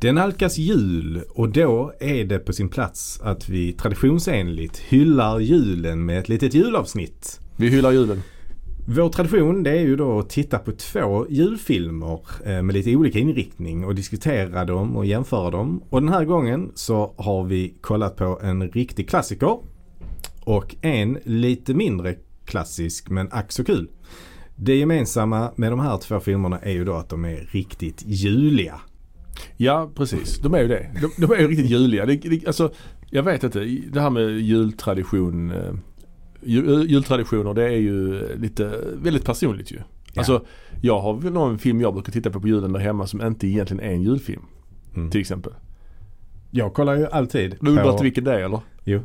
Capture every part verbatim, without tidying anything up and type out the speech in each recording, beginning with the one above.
Det nalkas jul och då är det på sin plats att vi traditionsenligt hyllar julen med ett litet julavsnitt. Vi hyllar julen. Vår tradition det är ju då att titta på två julfilmer med lite olika inriktning och diskutera dem och jämföra dem. Och den här gången så har vi kollat på en riktig klassiker och en lite mindre klassisk men ack så kul. Det gemensamma med de här två filmerna är ju då att de är riktigt juliga. Ja, precis. De är ju det. De, de är ju riktigt juliga. Det, det, alltså, jag vet inte, det här med jultradition, eh, jul, jultraditioner, det är ju lite, väldigt personligt ju. Ja. Alltså, jag har väl någon film jag brukar titta på på julen där hemma som inte egentligen är en julfilm. Mm. Till exempel. Jag kollar ju alltid. Du undrar på... inte vilken det är, eller? Jo.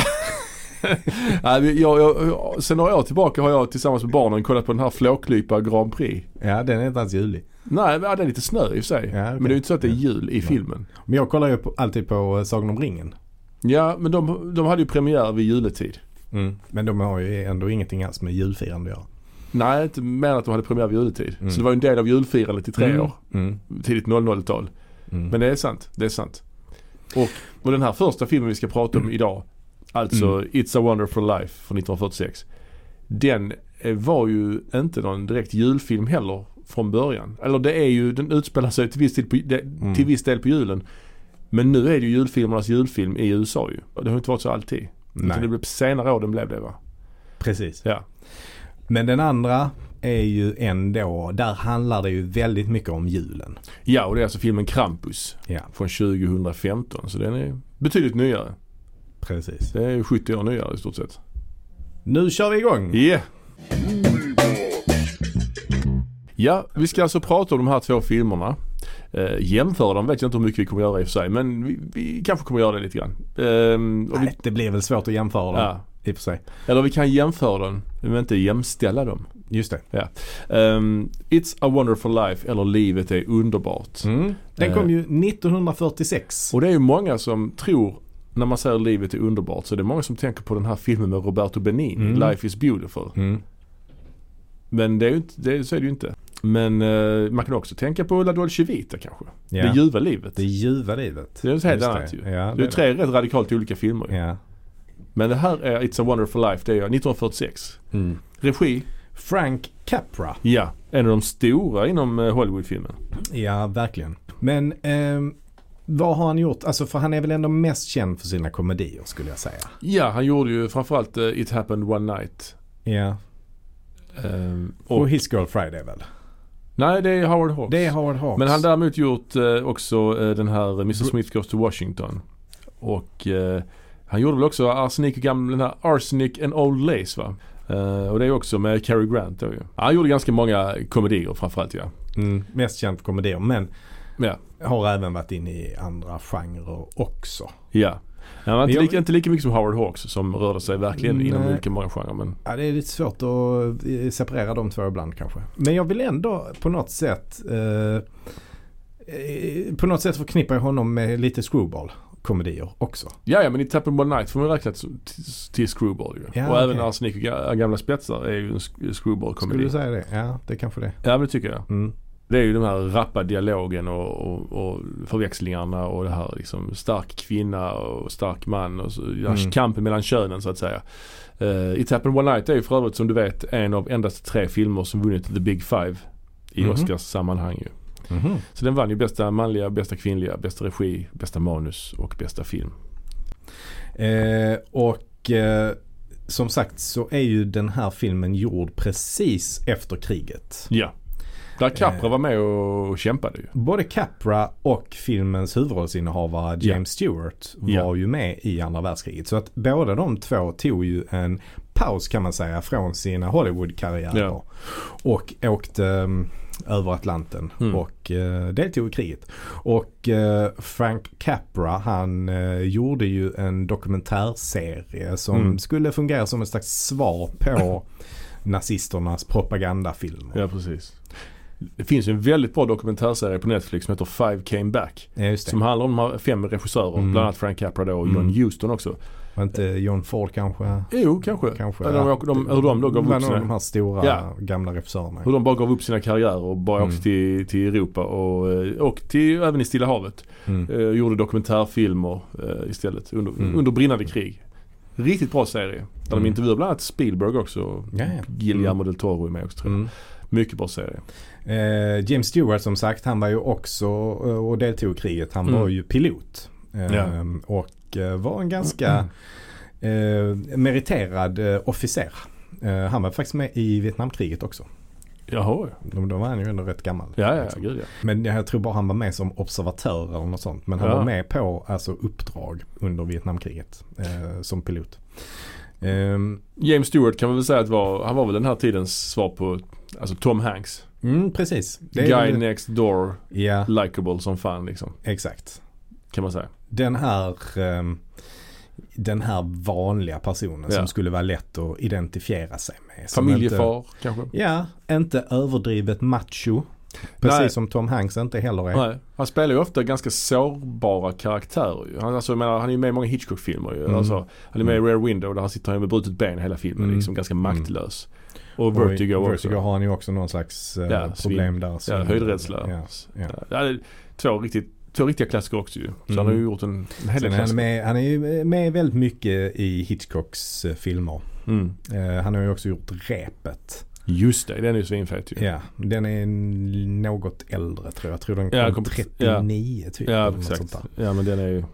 Nej, jag, jag, sen några år tillbaka har jag tillsammans med barnen kollat på den här Flåklypa Grand Prix. Ja, den är inte alls julig. Nej, det är lite snö i och för sig. Ja, okay. Men det är ju inte så att det är jul i ja. filmen. Men jag kollar ju på, alltid på Sagan om ringen. Ja, men de, de hade ju premiär vid juletid. Mm. Men de har ju ändå ingenting alls med julfirande att göra. Nej, inte mer att de hade premiär vid juletid. Mm. Så det var ju en del av julfirandet i tre mm. år. Mm. Tidigt noll noll-tal. Mm. Men det är sant, det är sant. Och, och den här första filmen vi ska prata om mm. idag, alltså mm. It's a Wonderful Life från nittonhundrafyrtiosex. Den var ju inte någon direkt julfilm heller från början. Eller det är ju, den utspelar sig till viss, del på, det, mm. till viss del på julen. Men nu är det ju julfilmernas julfilm i U S A ju. Och det har inte varit så alltid. Nej. Det blev senare år den blev det, va? Precis. Ja. Men den andra är ju ändå, där handlar det ju väldigt mycket om julen. Ja, och det är alltså filmen Krampus ja. från tjugohundrafemton. Så den är betydligt nyare. Precis. Det är sjuttio år nyare i stort sett. Nu kör vi igång! Ja! Yeah. Ja, vi ska alltså prata om de här två filmerna. Eh, jämföra dem, vet jag inte hur mycket vi kommer göra i och för sig. Men vi, vi kanske kommer göra det lite grann. Eh, och Nej, vi, det blir väl svårt att jämföra dem ja. i och för sig. Eller vi kan jämföra dem, men inte jämställa dem. Just det. Ja. Um, It's a Wonderful Life, eller Livet är underbart. Mm. Den kom ju nittonhundrafyrtiosex. Och det är ju många som tror, när man säger Livet är underbart, så det är många som tänker på den här filmen med Roberto Benigni, mm. Life is Beautiful. Mm. Men det är ju inte, det, så är det ju inte. Men uh, man kan också tänka på La Dolce Vita kanske. Ja. Det ljuva livet. Det ljuva livet. Det är helt annat ju. Ja, det, det är tre det. rätt radikalt olika filmer. Ja. Men det här är It's a Wonderful Life, det är nittonhundrafyrtiosex. Mm. Regi Frank Capra. Ja, en av de stora inom Hollywoodfilmen. Ja, verkligen. Men eh, vad har han gjort? Alltså, för han är väl ändå mest känd för sina komedier, skulle jag säga. Ja, han gjorde ju framförallt uh, It Happened One Night. Ja. Um, och, och His Girl Friday väl? Nej, det är Howard Hawks. Det är Howard Hawks. Men han har däremot gjort uh, också uh, den här mister Smith Goes to Washington. Och uh, han gjorde väl också Arsenic och gamla, den här Arsenic and Old Lace, va? Uh, och det är också med Cary Grant då ju. Han gjorde ganska många komedier framförallt, ja. Mm, mest känd för komedier, men ja. har även varit inne i andra genrer också. Ja. Han var inte, jag... lika, inte lika mycket som Howard Hawks som rörde sig verkligen Nej. inom olika många genrer. Men... Ja, det är lite svårt att separera de två ibland kanske. Men jag vill ändå på något sätt eh, på något sätt förknippa honom med lite screwball komedier också. Ja, ja, men i It One Night får man räkna till, till screwball ju. Ja, och okay. även Arsenic och gamla spetsar är ju en screwball-komedi. Skulle du säga det? Ja, det kanske det. Ja, men det tycker jag. Mm. Det är ju den här rappa dialogen och, och, och förväxlingarna och det här liksom stark kvinna och stark man och så, mm. kampen mellan könen så att säga. Uh, It Happened One Night är ju för övrigt, som du vet, en av endast tre filmer som vunnit The Big Five i mm-hmm. Oscars sammanhang ju. Mm-hmm. Så den vann ju bästa manliga, bästa kvinnliga, bästa regi, bästa manus och bästa film. Eh, och eh, som sagt så är ju den här filmen gjord precis efter kriget. Ja. Där Capra eh, var med och kämpade ju. Både Capra och filmens huvudrollsinnehavare James ja. Stewart var ja. ju med i andra världskriget. Så att båda de två tog ju en paus, kan man säga, från sina Hollywood-karriärer ja. och åkte um, över Atlanten mm. och uh, deltog i kriget. Och uh, Frank Capra, han uh, gjorde ju en dokumentärserie som mm. skulle fungera som ett slags svar på nazisternas propagandafilmer. Ja, precis. Det finns ju en väldigt bra dokumentärserie på Netflix som heter Five Came Back. Ja, just det. Som handlar om de här fem regissörer, mm. bland annat Frank Capra då och John mm. Huston också. Var inte John Ford kanske? Jo, kanske. kanske de, de, de, hur de då gav upp sina... de här stora ja. gamla regissörerna. Hur de bara gav upp sina karriärer och bara mm. åkte till, till Europa och, och till, även i Stilla havet. Mm. Uh, gjorde dokumentärfilmer uh, istället under, mm. under brinnande krig. Riktigt bra serie. Där mm. de intervjuar bland annat Spielberg också. Ja, ja. Guillermo del Toro är med också, tror jag. Mm. Mycket bra serie. Uh, James Stewart som sagt, han var ju också uh, och deltog i kriget. Han mm. var ju pilot. Uh, ja. Och var en ganska mm. eh, meriterad eh, officer. Eh, han var faktiskt med i Vietnamkriget också. Jaha. Då, då var han ju ändå rätt gammal. Ja, ja, liksom. Gud, ja. Men jag tror bara han var med som observatör eller något sånt. Men han ja. var med på alltså, uppdrag under Vietnamkriget eh, som pilot. Eh, James Stewart kan man väl säga att var, han var väl den här tidens svar på alltså Tom Hanks. Mm, precis. Det Guy är, next door, yeah. likable som fan liksom. Exakt. Kan man säga. Den här um, den här vanliga personen ja. som skulle vara lätt att identifiera sig med. Familjefar inte, kanske? Ja, inte överdrivet macho. Precis Nej. som Tom Hanks inte heller är. Nej. Han spelar ju ofta ganska sårbara karaktärer. Han, alltså, jag menar, han är ju med i många Hitchcock-filmer. Ju. Mm. Alltså, han är med mm. i Rear Window där han sitter med brutet ben hela filmen. Mm. Liksom, ganska maktlös. Mm. Och Vertigo och också. Vertigo har han ju också någon slags uh, ja, problem där. Ja, höjdrädsla. Ja, ja. Ja, det är två riktigt Två riktiga klassiker också ju. Så mm. han har ju gjort en, en hel del han är, med, han är ju med väldigt mycket i Hitchcocks uh, filmer. Mm. Uh, han har ju också gjort Repet. Just det, den är ju svinfet ju. Ja, den är något äldre tror jag. Jag tror den kom, ja, kom trettionio ja. typ. Ja, exakt. Ja, men den är ju...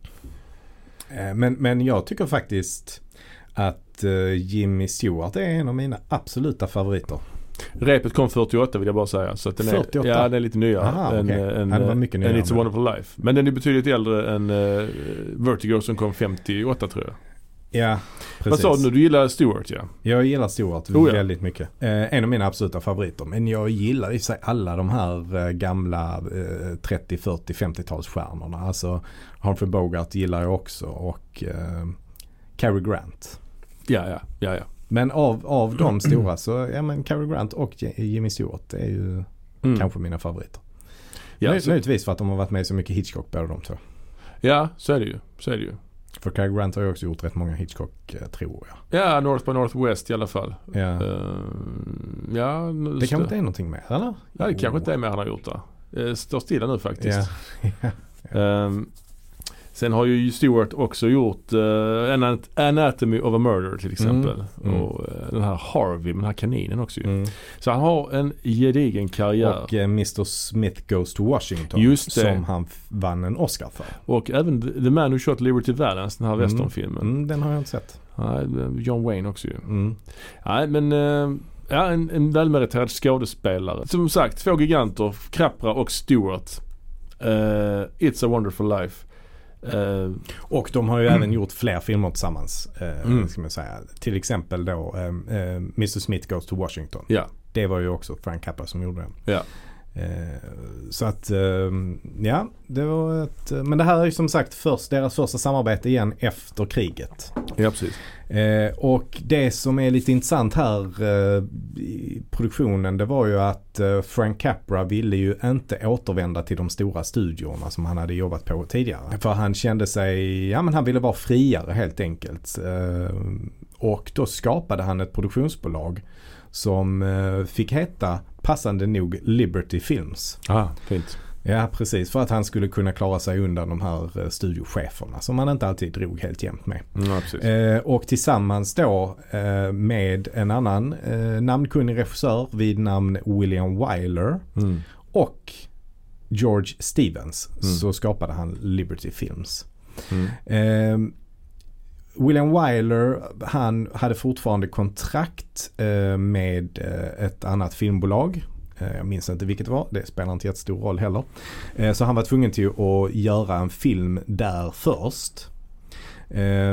Uh, men, men jag tycker faktiskt att uh, Jimmy Stewart är en av mina absoluta favoriter. Repet kom fyrtioåtta vill jag bara säga. Så att den är, fyrtioåtta? Ja, den är lite nyare. Aha, än, okay. än, Han var mycket nyare. Än It's a Wonderful Life. Men den är betydligt äldre än uh, Vertigo som kom femtioåtta tror jag. Ja, precis. Vad sa du nu? Du gillar Stewart, ja? Jag gillar Stewart oh, ja. väldigt mycket. Eh, en av mina absoluta favoriter. Men jag gillar i sig alla de här eh, gamla eh, trettio, fyrtio, femtio-talsstjärnorna. Alltså Humphrey Bogart gillar jag också. Och eh, Cary Grant. Ja, ja, ja, ja. Men av, av de stora så, ja men Cary Grant och Jimmy Stewart är ju mm. kanske mina favoriter. Ja, Nö, så... Nöjligtvis för att de har varit med så mycket Hitchcock båda de två. Ja, så är det ju. Så är det ju. För Cary Grant har ju också gjort rätt många Hitchcock, tror jag. Ja, North by Northwest i alla fall. Ja. Uh, ja, det kanske inte är någonting mer, eller? Ja, det kanske inte är mer han har gjort där. Det står stilla nu faktiskt. Ja. ja. Um, Sen har ju Stewart också gjort uh, Anatomy of a Murder till exempel. Mm. Mm. Och uh, den här Harvey, den här kaninen också ju. Mm. Så han har en gedigen karriär. Och uh, mister Smith Goes to Washington. Just det. Som han f- vann en Oscar för. Och även The Man Who Shot Liberty Valance, den här mm. westernfilmen. Mm, den har jag inte sett. Ja, John Wayne också ju. Mm. Nej, men... Uh, ja, en, en välmeriterad skådespelare. Som sagt, två giganter, Capra och Stewart. Uh, It's a Wonderful Life. Uh, och de har ju mm. även gjort fler filmer tillsammans uh, mm. ska man säga. Till exempel då uh, uh, mister Smith Goes to Washington. Ja. Det var ju också Frank Capra som gjorde den. Ja. Uh, så att uh, ja, det var ett, men det här är ju som sagt först, deras första samarbete igen efter kriget. Ja, precis. Uh, och det som är lite intressant här uh, i produktionen, det var ju att uh, Frank Capra ville ju inte återvända till de stora studiorna som han hade jobbat på tidigare. För han kände sig, ja men han ville vara friare helt enkelt. Uh, och då skapade han ett produktionsbolag som uh, fick heta passande nog Liberty Films. Ah, fint. Ja, precis. För att han skulle kunna klara sig undan de här uh, studiocheferna som han inte alltid drog helt jämnt med. Mm, precis. Uh, och tillsammans då uh, med en annan uh, namnkunnig regissör vid namn William Wyler mm. och George Stevens mm. så skapade han Liberty Films. Mm. Uh, William Wyler, han hade fortfarande kontrakt eh, med eh, ett annat filmbolag. Eh, jag minns inte vilket det var. Det spelar inte jättestor roll heller. Eh, så han var tvungen till att göra en film där först. Eh,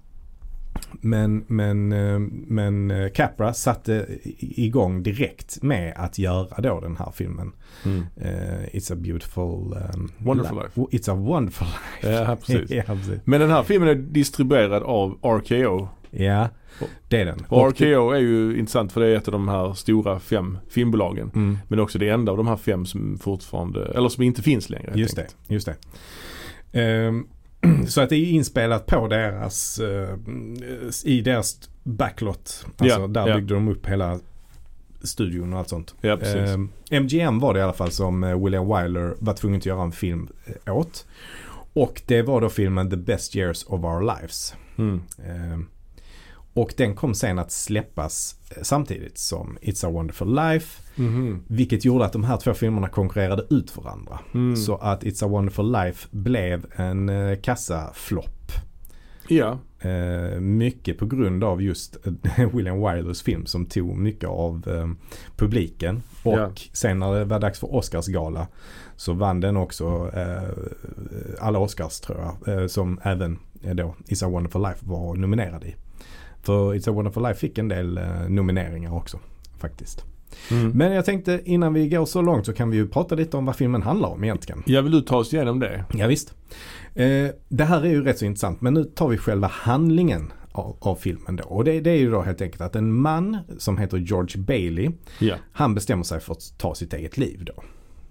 men men, eh, men Capra satte igång direkt med att göra då den här filmen. Mm. Uh, it's a beautiful um, wonderful life. life. It's a wonderful life. Ja, precis. ja, precis. Men den här filmen är distribuerad av R K O. Ja. Det är den. Och R K O är ju intressant för det är ett av de här stora fem filmbolagen. Mm. Men också det enda av de här fem som fortfarande, eller som inte finns längre. Just det, just det. Um, så att det är inspelat på deras, uh, i deras backlot. Alltså yeah, där yeah. byggde de upp hela studion och allt sånt. Ja, precis. Um, M G M var det i alla fall som William Wyler var tvungen att göra en film åt. Och det var då filmen The Best Years of Our Lives. Mm. Um, och den kom sen att släppas samtidigt som It's a Wonderful Life. Mm-hmm. Vilket gjorde att de här två filmerna konkurrerade ut varandra. Mm. Så att It's a Wonderful Life blev en uh, kassaflopp. Ja. Uh, mycket på grund av just uh, William Wylers film som tog mycket av uh, publiken. Och ja. Sen när det var dags för Oscarsgala så vann den också uh, alla Oscars tror jag. Uh, som även uh, då It's a Wonderful Life var nominerad i. För It's a Wonderful Life fick en del uh, nomineringar också faktiskt. Mm. Men jag tänkte innan vi går så långt så kan vi ju prata lite om vad filmen handlar om egentligen. Jag vill du ta oss igenom det? Ja visst. Eh, det här är ju rätt så intressant men nu tar vi själva handlingen av, av filmen då. Och det, det är ju då helt enkelt att en man som heter George Bailey, ja. han bestämmer sig för att ta sitt eget liv då.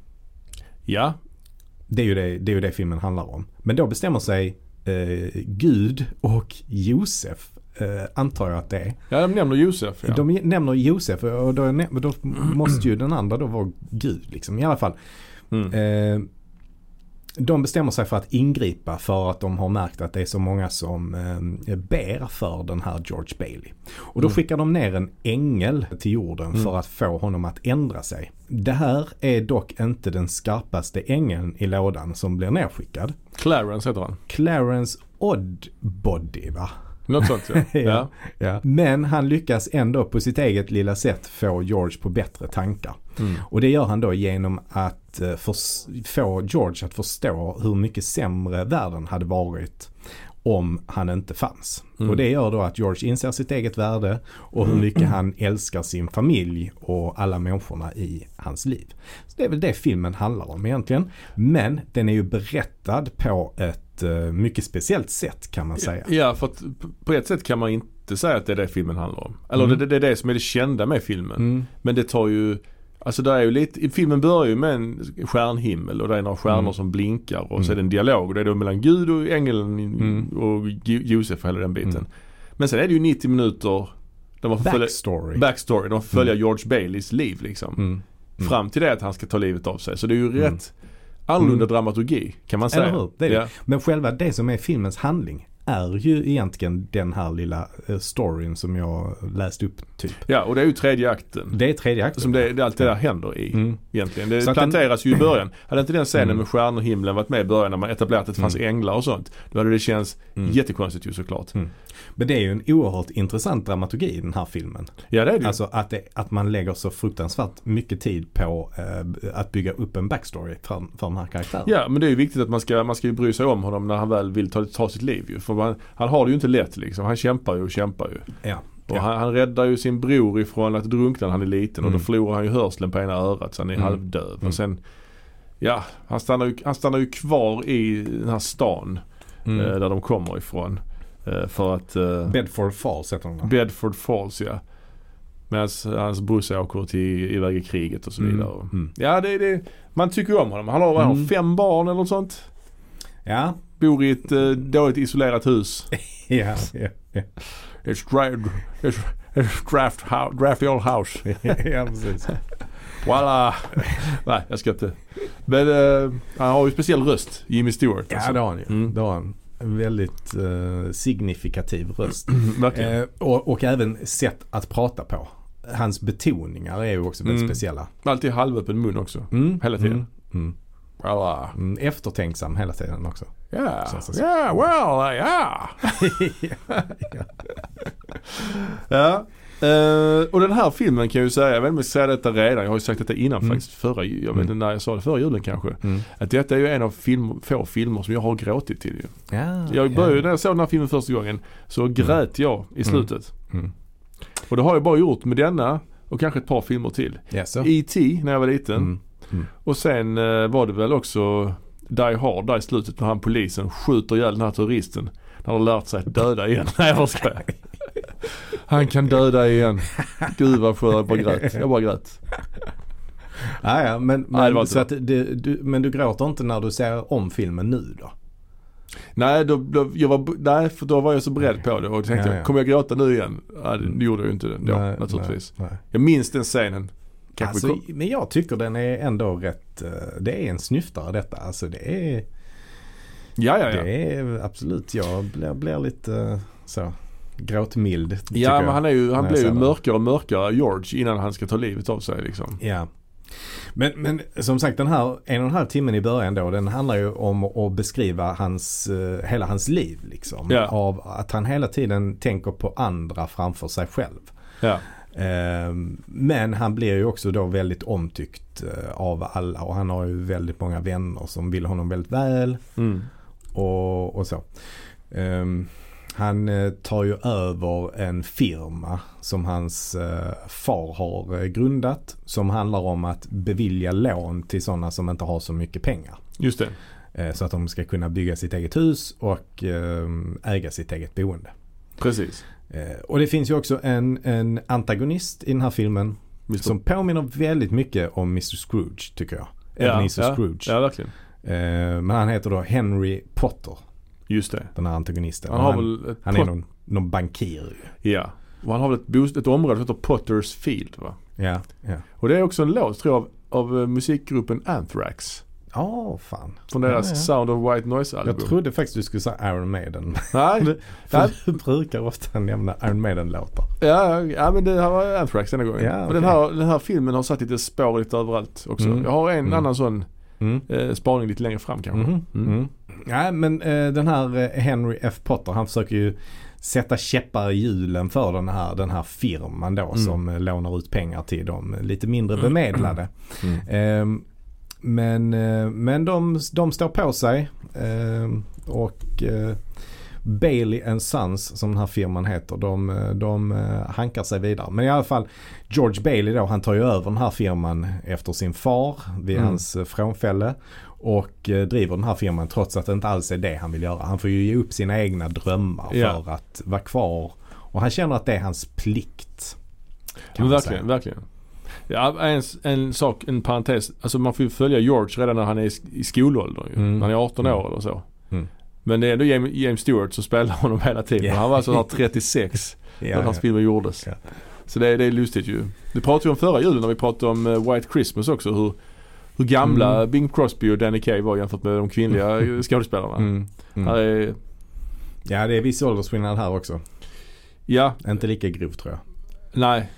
Ja. Det är ju det, det, är ju det filmen handlar om. Men då bestämmer sig eh, Gud och Josef. Uh, antar jag att det är. Ja, de nämner Josef. Ja. De nämner Josef och då, då måste ju den andra då vara Gud liksom. I alla fall. Mm. Uh, de bestämmer sig för att ingripa för att de har märkt att det är så många som uh, ber för den här George Bailey. Och då mm. skickar de ner en ängel till jorden mm. för att få honom att ändra sig. Det här är dock inte den skarpaste ängeln i lådan som blir nerskickad. Clarence heter han. Clarence Oddbody, va? Något sånt, ja. ja, ja. ja. Men han lyckas ändå på sitt eget lilla sätt få George på bättre tankar. Mm. Och det gör han då genom att uh, för, få George att förstå hur mycket sämre världen hade varit om han inte fanns. Mm. Och det gör då att George inser sitt eget värde och hur mycket mm. han älskar sin familj och alla människorna i hans liv. Så det är väl det filmen handlar om egentligen. Men den är ju berättad på ett mycket speciellt sätt kan man säga. Ja, för att på ett sätt kan man inte säga att det är det filmen handlar om. Eller mm. det, det är det som är det kända med filmen. Mm. Men det tar ju, alltså det är ju lite, filmen börjar ju med en stjärnhimmel och det är några stjärnor mm. som blinkar och mm. så är det en dialog och det är då mellan Gud och ängeln mm. och Josef och hela den biten. Mm. Men sen är det ju nittio minuter där man får backstory. Följa, backstory. De får följa mm. George Baileys liv liksom. Mm. Mm. Fram till det att han ska ta livet av sig. Så det är ju mm. rätt annorlunda mm. dramaturgi kan man säga. Eller hur? Det är ja. det. Men själva det som är filmens handling är ju egentligen den här lilla uh, storyn som jag läste upp typ. Ja, och det är ju tredje akten. Det är tredje akten. Som det, det allt det där händer i mm. egentligen. Det så planteras den, ju i början. Hade inte den scenen mm. med stjärnor och himlen varit med i början när man etablerat att det fanns mm. änglar och sånt. Då hade det känts mm. jättekonstigt ju såklart. Mm. Men det är ju en oerhört intressant dramaturgi i den här filmen. Ja, det är det. Alltså att, det, att man lägger så fruktansvärt mycket tid på eh, att bygga upp en backstory för, för den här karaktären. Ja, men det är ju viktigt att man ska, man ska ju bry sig om honom när han väl vill ta, ta sitt liv ju. För man, han har det ju inte lätt liksom. Han kämpar ju och kämpar ju. Ja. Och ja. han, han räddar ju sin bror ifrån att drunkna när han är liten. Mm. Och då förlorar han ju hörseln på ena örat så han är mm. halvdöv. Mm. Och sen, ja, han stannar ju, han stannar ju kvar i den här stan mm. eh, där de kommer ifrån. För att uh, Bedford Falls heter de. Bedford Falls, ja. Medan hans brorsa åker till iväg i kriget och så vidare. Mm. Mm. Ja, det, det, man tycker ju om honom. Han har, mm. fem barn eller något sånt. Ja. Bor i ett uh, dåligt isolerat hus. ja, ja, ja. It's, dra- it's, it's draft, ho- drafty old house. ja, precis. Voila. Nej, jag ska inte. Men uh, han har ju speciell röst, Jimmy Stewart. Ja, alltså. det har han ju. Mm. Det har han. En väldigt uh, signifikativ röst. uh, och, och även sätt att prata på. Hans betoningar är ju också väldigt mm. speciella. Alltid halvöppen mun också. Mm. Hela tiden. Mm. Mm. Voilà. Mm, eftertänksam hela tiden också. Ja, yeah. yeah, well, ja. ja. ja. Uh, och den här filmen kan jag ju säga, jag vet inte om jag säga detta redan, jag har ju sagt detta innan mm. faktiskt förra, jag vet inte mm. när jag sa det förra julen kanske, mm. att detta är ju en av film, få filmer som jag har gråtit till ju. Ja, jag började, ja. när jag såg den här filmen första gången så grät jag i slutet. Mm. Mm. Och det har jag bara gjort med denna och kanske ett par filmer till. Yes, so. E T när jag var liten. Mm. Mm. Och sen uh, var det väl också Die Hard där i slutet när han polisen skjuter ihjäl den här turisten. När han har lärt sig att döda igen. Nej, jag ska Han kan döda igen. Gud vad skönt, jag bara grät. Jag bara grät. Ja, ja, men, Nej, men, så att det, du, men du gråter inte när du ser om filmen nu då? Nej, då, då, jag var, nej, för då var jag så beredd på det och tänkte, ja, ja. kommer jag gråta nu igen? Ja, det gjorde jag ju inte då, nej, naturligtvis. Nej, nej. Jag minns den scenen. Alltså, kom... Men jag tycker den är ändå rätt, det är en snyftare detta. Alltså det är, ja, ja, ja. Det är absolut, jag blir, blir lite så gråtmild. Ja, men han är ju, han blir ju mörkare och mörkare, George, innan han ska ta livet av sig liksom. Ja. Men, men som sagt, den här en och en halv timmen i början då, den handlar ju om att beskriva hans, uh, hela hans liv liksom. Ja. Av att han hela tiden tänker på andra framför sig själv. Ja. Uh, men han blir ju också då väldigt omtyckt uh, av alla, och han har ju väldigt många vänner som vill honom väldigt väl. Mm. Och, och så. Um, Han eh, tar ju över en firma som hans eh, far har eh, grundat, som handlar om att bevilja lån till sådana som inte har så mycket pengar. Just det. Eh, så att de ska kunna bygga sitt eget hus och eh, äga sitt eget boende. Precis. Eh, och det finns ju också en, en antagonist i den här filmen Mister som påminner väldigt mycket om mister Scrooge, tycker jag. Ja, Ebenezer ja, Scrooge. Ja, verkligen. Eh, men han heter då Henry Potter. Just det. Den här antagonisten. Han, har han, väl ett han är någon, någon bankir. Ja. Och han har väl ett, boost, ett område som heter Potter's Field, va? Ja, ja. Och det är också en låt, tror jag, av, av musikgruppen Anthrax. Ja, oh, fan. Från deras ja, ja. Sound of White Noise-album. Jag trodde faktiskt du skulle säga Iron Maiden. Nej. du, för du brukar ofta nämna Iron Maiden-låtar. Ja, ja, men det här var Anthrax denna gången. Ja, okay. Och den här, den här filmen har satt lite spår lite överallt också. Mm. Jag har en mm. annan sån mm. eh, spaning lite längre fram kanske. Mm. Mm. Mm. Ja, men eh, den här eh, Henry F. Potter, han försöker ju sätta käppar i hjulen för den här, den här firman då mm. som eh, lånar ut pengar till de lite mindre bemedlade. Mm. Eh, men eh, men de, de står på sig eh, och eh, Bailey and Sons, som den här firman heter, de, de hankar sig vidare. Men i alla fall, George Bailey då, han tar ju över den här firman efter sin far vid mm. hans frånfälle och eh, driver den här firman trots att det inte alls är det han vill göra. Han får ju ge upp sina egna drömmar ja. för att vara kvar, och han känner att det är hans plikt. Men verkligen, verkligen. Ja, en, en sak, en parentes, alltså man får ju följa George redan när han är i, i skolåldern ju. Mm. När han är arton år eller så. Mm. Men det är ändå James, James Stewart som spelar honom hela tiden. Yeah. Han var alltså trettiosex när yeah, hans filmer gjordes. Yeah. Så det, det är lustigt ju. Det pratade vi om förra julen när vi pratade om uh, White Christmas också. Hur, hur gamla mm. Bing Crosby och Danny Kaye var jämfört med de kvinnliga mm. skådespelarna. Mm. Mm. Här är... Ja, det är viss åldersskillnad här också. Ja. Inte lika grov, tror jag. Nej.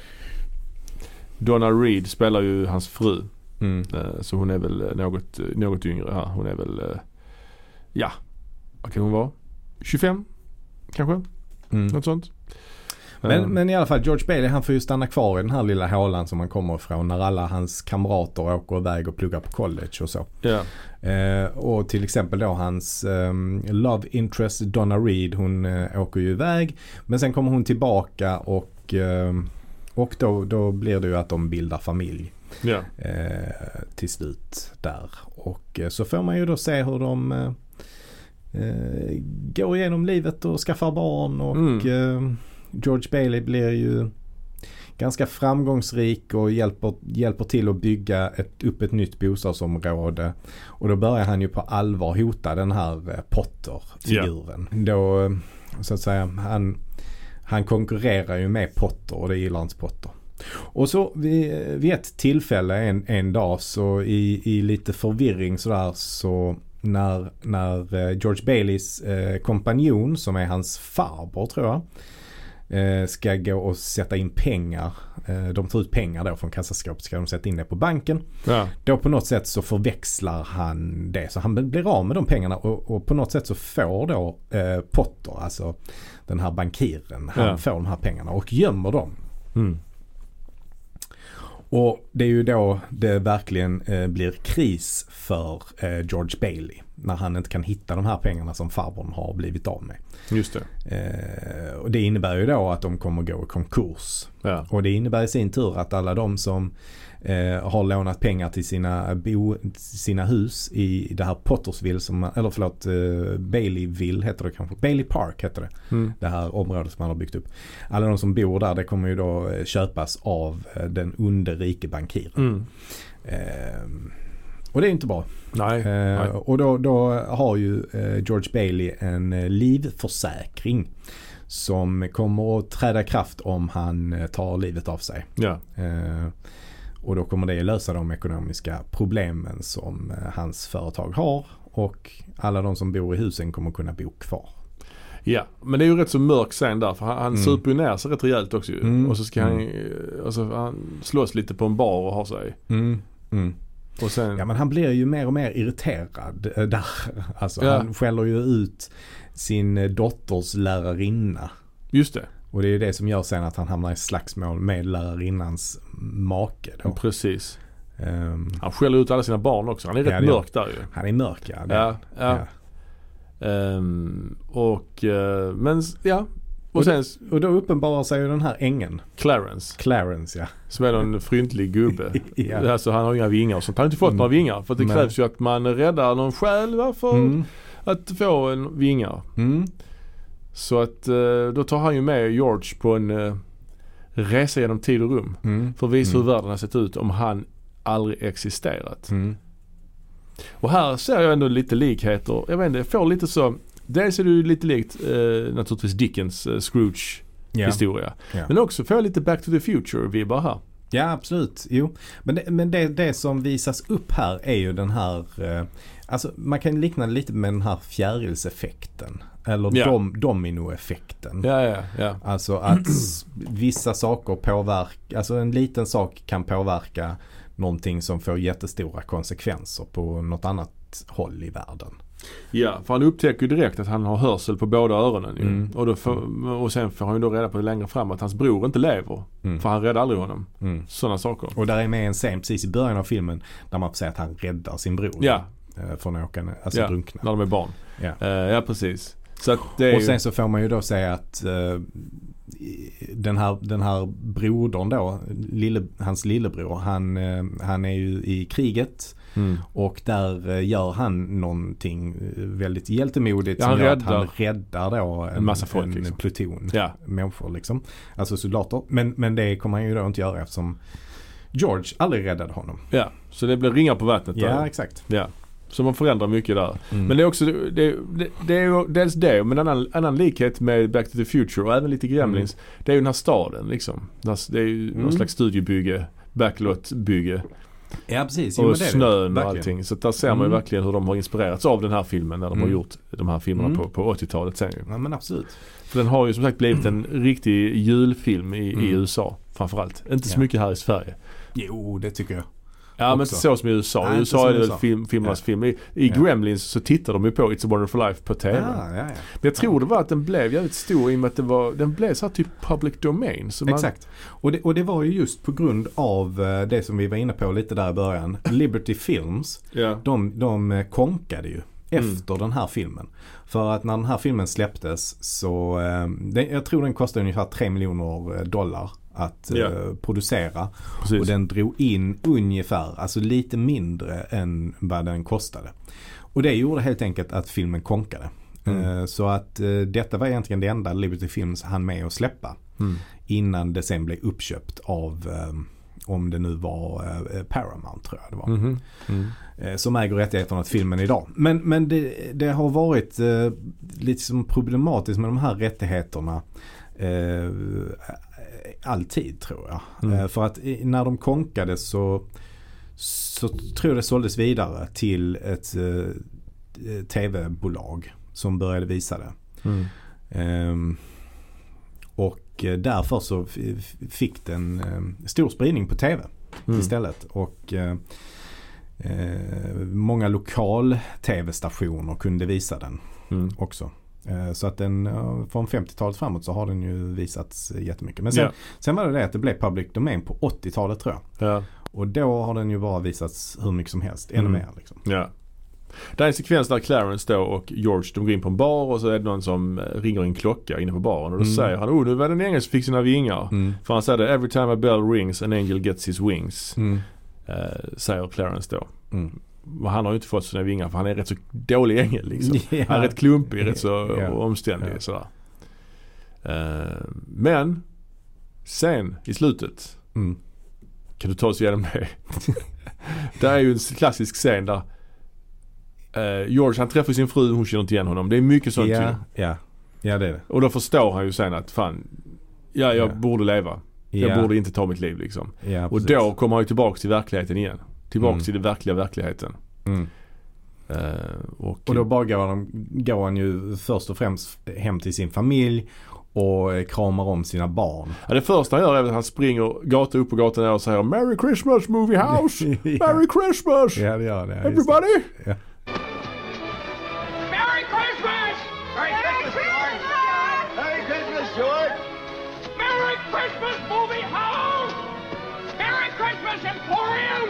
Donna Reed spelar ju hans fru. Mm. Uh, så hon är väl något, något yngre här. Hon är väl... Uh, ja. Vad kan hon vara? tjugofem kanske? Mm. Något sånt. Men, um. men i alla fall, George Bailey, han får ju stanna kvar i den här lilla hålan som han kommer ifrån när alla hans kamrater åker iväg och pluggar på college och så. Yeah. Eh, och till exempel då hans um, love interest Donna Reed, hon uh, åker ju iväg. Men sen kommer hon tillbaka och, uh, och då, då blir det ju att de bildar familj. Yeah. Eh, till slut där. Och uh, så får man ju då se hur de... Uh, Uh, går igenom livet och skaffar barn, och mm. uh, George Bailey blir ju ganska framgångsrik och hjälper, hjälper till att bygga ett, upp ett nytt bostadsområde, och då börjar han ju på allvar hota den här uh, Potter-figuren. Yeah. Då uh, så att säga han, han konkurrerar ju med Potter, och det gillar hans Potter. Och så vid, vid ett tillfälle en, en dag så i, i lite förvirring sådär så När, när George Baileys eh, kompanjon, som är hans farbror tror jag, eh, ska gå och sätta in pengar. Eh, de tar ut pengar då från kassaskåpet, ska de sätta in det på banken. Ja. Då på något sätt så förväxlar han det. Så han blir av med de pengarna, och, och på något sätt så får då eh, Potter, alltså den här bankiren, han ja. får de här pengarna och gömmer dem. Mm. Och det är ju då det verkligen eh, blir kris för eh, George Bailey när han inte kan hitta de här pengarna som farbrorn har blivit av med. Just det. Eh, och det innebär ju då att de kommer gå i konkurs. Ja. Och det innebär i sin tur att alla de som eh, har lånat pengar till sina, bo, sina hus i det här Pottersville, som, eller förlåt, eh, Baileyville heter det kanske. Bailey Park heter det. Mm. Det här området som man har byggt upp. Alla de som bor där, det kommer ju då köpas av den underrike bankiren. Mm. Eh, och det är inte bra. Nej, eh, nej. Och då, då har ju eh, George Bailey en eh, livförsäkring som kommer att träda kraft om han eh, tar livet av sig. Ja. Eh, och då kommer det lösa de ekonomiska problemen som eh, hans företag har, och alla de som bor i husen kommer kunna bo kvar. Ja, men det är ju rätt så mörk scen där, för han, han mm. super ju ner sig rätt rejält också ju. Mm. Och så ska han, alltså, han slås lite på en bar och har sig. Mm. Mm. Och sen... Ja, men han blir ju mer och mer irriterad där. Alltså ja. Han skäller ju ut sin dotters lärarinna. Just det. Och det är ju det som gör sen att han hamnar i slagsmål med lärarinnans make då. Precis. Um, han skäller ut alla sina barn också. Han är rätt ja, mörk där ju. Han är mörk, ja. Det, ja, ja. ja. Um, och, uh, men ja. Och, och, sen, och då uppenbarar sig ju den här ängeln. Clarence. Clarence, ja. Som är någon fryntlig gubbe. ja. Alltså han har inga vingar och sånt. Han har inte fått mm. några vingar. För det Men. krävs ju att man räddar någon själ va, för mm. att få en vingar. Mm. Så att uh, då tar han ju med George på en uh, resa genom tid och rum. Mm. För att visa mm. hur världen har sett ut om han aldrig existerat. Mm. Och här ser jag ändå lite likheter. Jag vet inte, jag får lite så... Dels är det ju lite likt eh, naturligtvis Dickens eh, Scrooge yeah. historia. Yeah. Men också får jag lite Back to the Future-vibbar här. Ja, absolut. Jo. Men, det, men det, det som visas upp här är ju den här... Eh, alltså man kan likna det lite med den här fjärilseffekten. Eller yeah. dom, dominoeffekten. Ja, ja, ja. Alltså att vissa saker påverkar... Alltså en liten sak kan påverka någonting som får jättestora konsekvenser på något annat håll i världen. Ja, för han upptäcker ju direkt att han har hörsel på båda öronen. Mm. Och, då får, och sen får han ju då reda på det längre fram att hans bror inte lever. Mm. För han räddar aldrig honom. Mm. Sådana saker. Och där är med en scen precis i början av filmen där man får säga att han räddar sin bror. Ja. Från att åka, alltså ja, drunkna. när de är barn. Ja, uh, ja precis. Så att det är och sen ju... så får man ju då säga att uh, den här, den här brodern då, lille, hans lillebror, han, uh, han är ju i kriget. Mm. Och där uh, gör han någonting väldigt hjältemodigt ja, som gör räddar, att han räddar då en, en massa folk, en liksom. pluton ja. människor liksom. Alltså soldater. Men, men det kommer han ju då inte göra eftersom George aldrig räddade honom. Ja, så det blir ringar på vattnet där. Ja, exakt. Ja. Så man förändrar mycket där. Mm. Men det är också det, det, det är ju dels det, men en annan, annan likhet med Back to the Future och även lite Gremlins, mm. det är ju den här staden liksom. Det är ju mm. någon slags studiebygge, backlotbygge. Ja, precis. Och jo, snön det. och allting. Så där ser man ju mm. verkligen hur de har inspirerats av den här filmen när de mm. har gjort de här filmerna mm. på, på åttiotalet sen ju. Ja, men absolut. För den har ju som sagt blivit en riktig julfilm i, mm. i U S A framförallt. Inte så ja. mycket här i Sverige. Jo, det tycker jag. Ja, också. Men inte så som i U S A. I U S A är det väl film, filmernas ja. film. I, i ja. Gremlins så tittar de ju på It's a Wonderful Life på T V. Ja, ja, ja. Men jag tror det var att den blev jävligt stor i och med att det var, den blev så här typ public domain. Så man... Exakt. Och det, och det var ju just på grund av det som vi var inne på lite där i början. Liberty Films, ja. de, de konkade ju efter mm. den här filmen. För att när den här filmen släpptes så, det, jag tror den kostade ungefär tre miljoner dollar att yeah. uh, producera. Precis. Och den drog in ungefär, alltså lite mindre än vad den kostade. Och det gjorde helt enkelt att filmen konkade. Mm. Uh, så att uh, detta var egentligen det enda Liberty Films hann med att släppa. Mm. Innan det sen blev uppköpt av, uh, om det nu var uh, Paramount tror jag det var. Mm-hmm. Mm. Uh, som äger rättigheterna till filmen idag. Men, men det, det har varit uh, lite som problematiskt med de här rättigheterna uh, alltid tror jag. Mm. Uh, för att när de konkade så, så tror jag det såldes vidare till ett uh, tv-bolag som började visa det. Mm. Um, och därför så f- fick den um, stor spridning på tv mm. istället. Och uh, uh, många lokal tv-stationer kunde visa den mm. också. Så att den, från femtiotalet framåt så har den ju visats jättemycket. Men sen, yeah. sen var det det att det blev public domain på åttiotalet tror jag. Yeah. Och då har den ju bara visats hur mycket som helst. Ännu mm. mer liksom. Ja. Det är en sekvens där Clarence då och George, de går in på en bar och så är det någon som ringer en klocka inne på baren och då mm. säger han, oh nu var det en ängel som fick sina vingar. Mm. För han säger det, every time a bell rings an angel gets his wings. Mm. Uh, säger Clarence då. Mm. Han har ju inte fått sina vingar för han är rätt så dålig ängel liksom. Yeah. Han är rätt klumpig, rätt så yeah. omständig yeah. sådär. Uh, men sen i slutet mm. kan du ta oss igenom det. Det är ju en klassisk scen där uh, George han träffar sin fru, hon känner inte igen honom. Det är mycket sånt. Ja, ja. Ja, det är det. Och då förstår han ju sen att fan, ja, jag yeah. borde leva. Jag yeah. borde inte ta mitt liv liksom. Yeah, och då kommer han ju tillbaka till verkligheten igen. Tillbaka mm. till den verkliga verkligheten. Mm. Uh, och, och då bara går han, går han ju först och främst hem till sin familj och kramar om sina barn. Ja, det första han gör är att han springer gata upp på gatan och säger Merry Christmas movie house! ja. Merry Christmas! Ja, det gör det. Everybody! Ja. Merry Christmas! Merry Christmas! Merry Christmas, George! Merry Christmas movie house! Merry Christmas Emporium!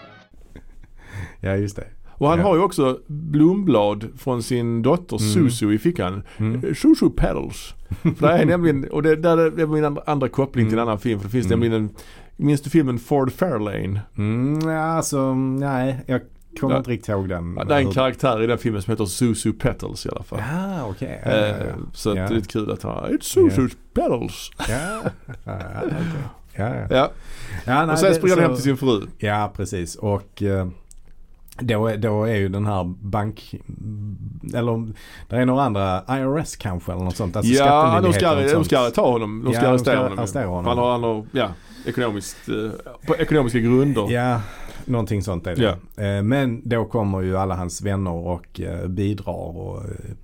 Ja, just det. Och han ja. har ju också blomblad från sin dotter mm. Susu i fickan. Mm. Susu Petals. För det är nämligen, och det, där är min andra, andra koppling mm. till en annan film. För det finns mm. nämligen en, minns du filmen Ford Fairlane? Mm, ja, alltså, nej, jag kommer ja. inte riktigt ihåg den. Ja, det är en karaktär i den filmen som heter Susu Petals i alla fall. Ja, okej. Okay. Uh, uh, så ja. det är lite kul att ha, it's Susu yeah. Petals. Ja, ja, okay. ja, ja. ja. ja nej, och sen springer han hem till sin fru. Ja, precis. Och... Uh, Då, då är ju den här bank eller det är några andra I R S kanske eller något sånt. Alltså ja, de ska, de ska ta honom. De ska ja, arrestera honom. honom. Han har, han har ja, ekonomiskt, på ekonomiska grunder. Ja, någonting sånt är det. Ja. Men då kommer ju alla hans vänner och bidrar och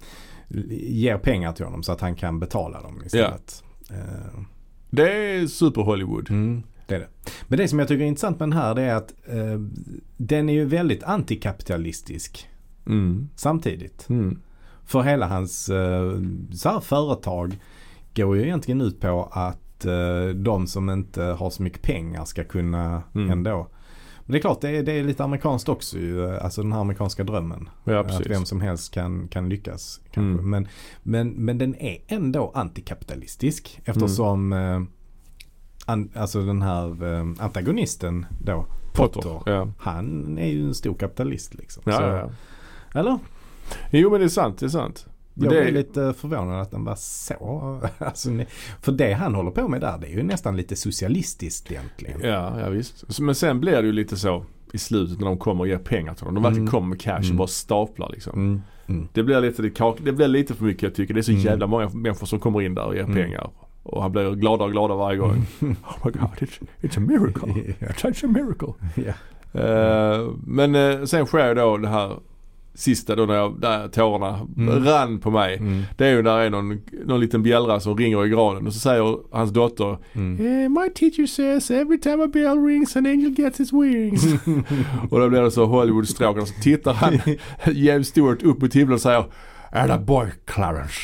ger pengar till honom så att han kan betala dem istället. Ja. Det är super Hollywood. Mm. Det är det. Men det som jag tycker är intressant med den här det är att eh, den är ju väldigt antikapitalistisk mm. samtidigt. Mm. För hela hans eh, så här företag går ju egentligen ut på att eh, de som inte har så mycket pengar ska kunna mm. ändå. Men det är klart, det är, det är lite amerikanskt också ju, alltså den här amerikanska drömmen. Ja, att vem som helst kan, kan lyckas. Kanske. Mm. Men, men, men den är ändå antikapitalistisk eftersom mm. eh, An, alltså den här eh, antagonisten då, Potter, Potter ja. han är ju en stor kapitalist liksom. Ja, så, ja, ja. Eller? Jo, men det är sant, det är sant. Jag det är lite förvånad att den var så. Alltså, för det han håller på med där, det är ju nästan lite socialistiskt egentligen. Ja, ja visst. Men sen blir det ju lite så i slutet när de kommer och ger pengar till dem. De verkligen mm. kommer med cash mm. och bara staplar liksom. Mm. Mm. Det blir lite det, det blir lite för mycket, jag tycker. Det är så mm. jävla många människor som kommer in där och ger mm. pengar. Och han blir gladare och gladare varje gång. Oh my god, it's, it's a miracle. Yeah. It's a miracle. Yeah. Uh, men uh, sen sker då det här sista då när jag, där tårarna mm. rann på mig. Mm. Det är ju där är någon, någon liten bjällra som ringer i granen och så säger hans dotter mm. eh, my teacher says every time a bell rings an angel gets his wings. Och då blir det så Hollywood-stråkar och så tittar han James Stewart upp mot himlen och säger är det boy Clarence?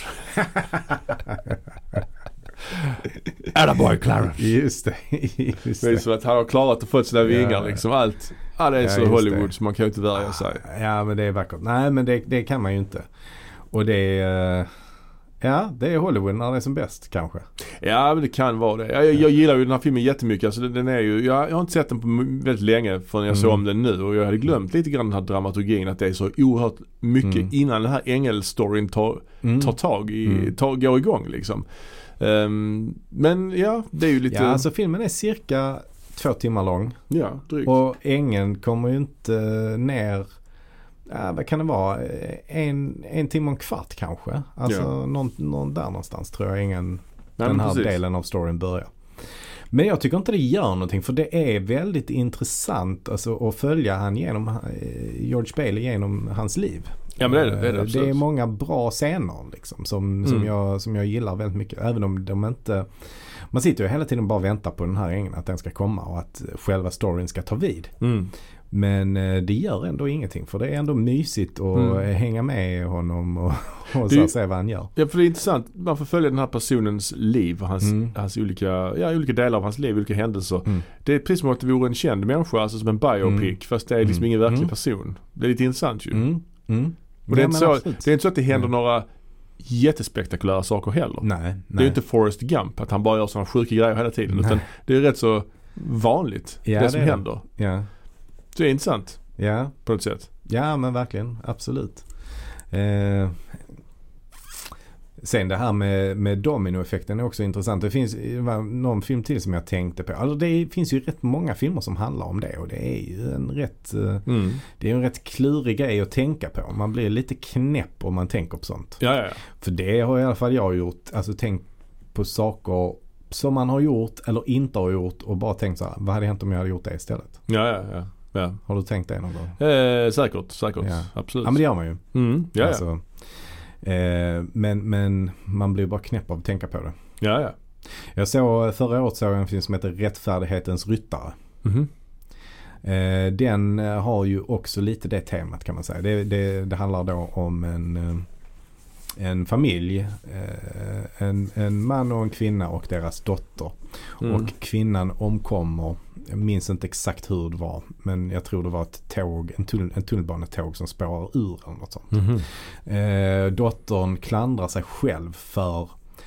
Är boy Clarence? Just det. Just det. Det är så att han har klarat att få sina vingar ja. liksom allt. Ja, det är ja, så Hollywood det. Så man kan ju inte värja sig. Ja, men det är vackert. Nej, men det, det kan man ju inte. Och det är ja, det är Hollywood när det är som bäst kanske. Ja, men det kan vara det. Jag, jag gillar ju den här filmen jättemycket. Alltså, den är ju, jag, jag har inte sett den på väldigt länge förrän jag mm. såg om den nu. Och jag hade glömt lite grann den här dramaturgin. Att det är så oerhört mycket mm. innan den här ängelstoryn tar, mm. tar tag i, mm. tar, går igång liksom. Um, men ja, det är ju lite... Ja, alltså filmen är cirka två timmar lång. Ja, drygt. Och ängeln kommer ju inte ner... Ja, vad kan det vara? En, en timme och en kvart kanske. Alltså ja. någon, någon där någonstans tror jag ingen Nej, den här precis. delen av storyn börjar. Men jag tycker inte det gör någonting för det är väldigt intressant alltså, att följa han genom George Bailey genom hans liv. Ja, men det är det, det, är det, det är många bra scener liksom, som, som, mm. jag, som jag gillar väldigt mycket. Även om de inte... Man sitter ju hela tiden bara och väntar på den här ängeln att den ska komma och att själva storyn ska ta vid. Mm. Men det gör ändå ingenting för det är ändå mysigt att mm. hänga med honom och, och så se vad han gör. Ja, för det är intressant. Man får följa den här personens liv och hans, mm. hans olika, ja, olika delar av hans liv, olika händelser. Mm. Det är precis som att det vore en känd människa, alltså som en biopic, mm. fast det är liksom mm. ingen verklig mm. person. Det är lite intressant ju. Mm. Mm. Och det, är Ja, inte så, absolut. det är inte så att det händer Mm. några jättespektakulära saker heller. Nej, nej. Det är ju inte Forrest Gump att han bara gör sådana sjuka grejer hela tiden. Nej. Utan det är rätt så vanligt Ja, det det som är det. händer. Ja. Så det är intressant Ja. på något sätt. Ja, men verkligen. Absolut. Eh, sen det här med, med dominoeffekten är också intressant. Det finns det var någon film till som jag tänkte på. Alltså det finns ju rätt många filmer som handlar om det. Och det är ju en rätt, eh, Mm. det är en rätt klurig grej att tänka på. Man blir lite knäpp om man tänker på sånt. Ja, ja, ja. För det har i alla fall jag gjort. Alltså tänkt på saker som man har gjort eller inte har gjort. Och bara tänkt så här, vad hade hänt om jag hade gjort det istället? Ja, ja, ja. ja. Har du tänkt det någon gång? Eh, säkert, säkert. Ja. Absolut. Ja, men det gör man ju. Mm. Ja, ja. Alltså, eh, men, men man blir bara knäpp av att tänka på det. ja, ja. Jag såg förra året såg jag en film som heter Rättfärdighetens ryttare. Mhm. Eh, den eh, har ju också lite det temat kan man säga. Det, det, det handlar då om en, eh, en familj, eh, en, en man och en kvinna och deras dotter. Mm. Och kvinnan omkommer, jag minns inte exakt hur det var, men jag tror det var ett tåg, en, tunnel, en tunnelbanetåg som spårar ur eller något sånt. Mhm. Eh, dottern klandrar sig själv för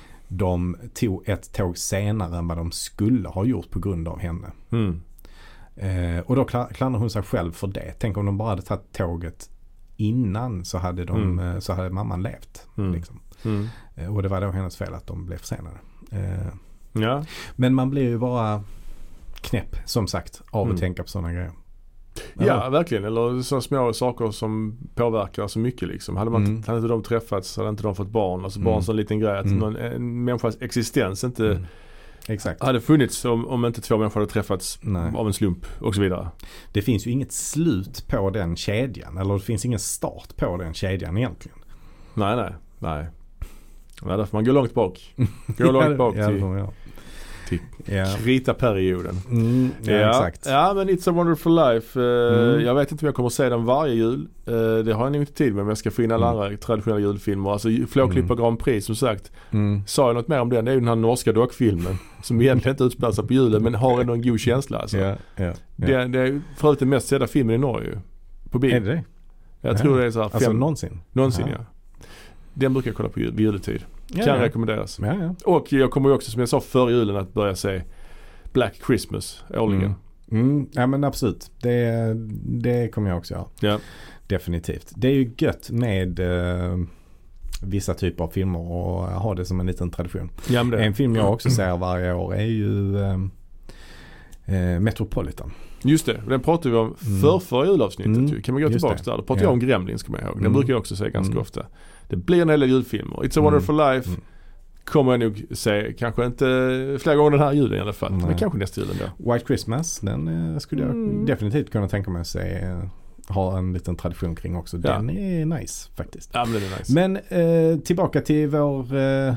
de tog ett tåg senare än vad de skulle ha gjort på grund av henne. Mm. Eh, och då kla- klandrar hon sig själv för det. Tänk om de bara hade tagit tåget innan så hade, de, Mm. eh, så hade mamman levt. Mm. Liksom. Mm. Eh, och det var då hennes fel att de blev försenade. Eh, Ja. men man blir ju bara knäpp som sagt av Mm. att tänka på sådana grejer. Ja, verkligen. Eller så små saker som påverkar så mycket liksom. Hade, man, Mm. hade inte de träffats hade inte de fått barn. Alltså Mm. barn som en liten grej. Att Mm. någon, en människas existens inte Mm. Exakt. hade funnits om, om inte två människor hade träffats Nej. av en slump och så vidare. Det finns ju inget slut på den kedjan. Eller det finns ingen start på den kedjan egentligen. Nej, nej, nej. Nej, där får man gå långt bak. Gå långt bak ja, till, ja. till Ja. krita-perioden. Mm, ja, exakt. Ja, men It's a Wonderful Life. Eh, Mm. Jag vet inte om jag kommer att se den varje jul. Eh, det har jag nog inte tid med, men jag ska få in alla Mm. andra traditionella julfilmer. Alltså Flåklippa Mm. Grand Prix som sagt. Mm. Sa jag något mer om den? Det är ju den här norska dockfilmen som egentligen inte utspelar sig på julen men har ändå en god känsla. Alltså. Ja, ja, ja. Det, det är förut den mest sedda filmen i Norge. På Är bio. det det? Jag Ja. tror det är så här fem, Alltså någonsin? någonsin Aha. ja. Den brukar jag kolla på jul, vid juletid. Ja, kan ja. rekommenderas. Ja, ja. Och jag kommer ju också som jag sa före julen att börja se Black Christmas årligen. Mm. Mm. Ja men absolut. Det, det kommer jag också göra. Ja. Definitivt. Det är ju gött med eh, vissa typer av filmer och ha det som en liten tradition. Ja, men det. En film jag också ser varje år är ju eh, eh, Metropolitan. Just det, den pratade vi om Mm. för förra julavsnittet. Mm. ju. Kan man gå Just tillbaka det. där? Då pratade Ja. jag om Gremlins kommer jag ihåg. Den Mm. brukar jag också se ganska Mm. ofta. Det blir en hel del julfilmer. It's a Mm. Wonderful Life Mm. kommer jag nog se. Kanske inte flera gånger den här julen i alla fall. Nej. Men kanske nästa julen då. White Christmas, den eh, skulle jag Mm. definitivt kunna tänka mig att se, eh, ha en liten tradition kring också. Ja. Den är nice faktiskt. Ja, men det är nice. Men eh, tillbaka till vår, eh,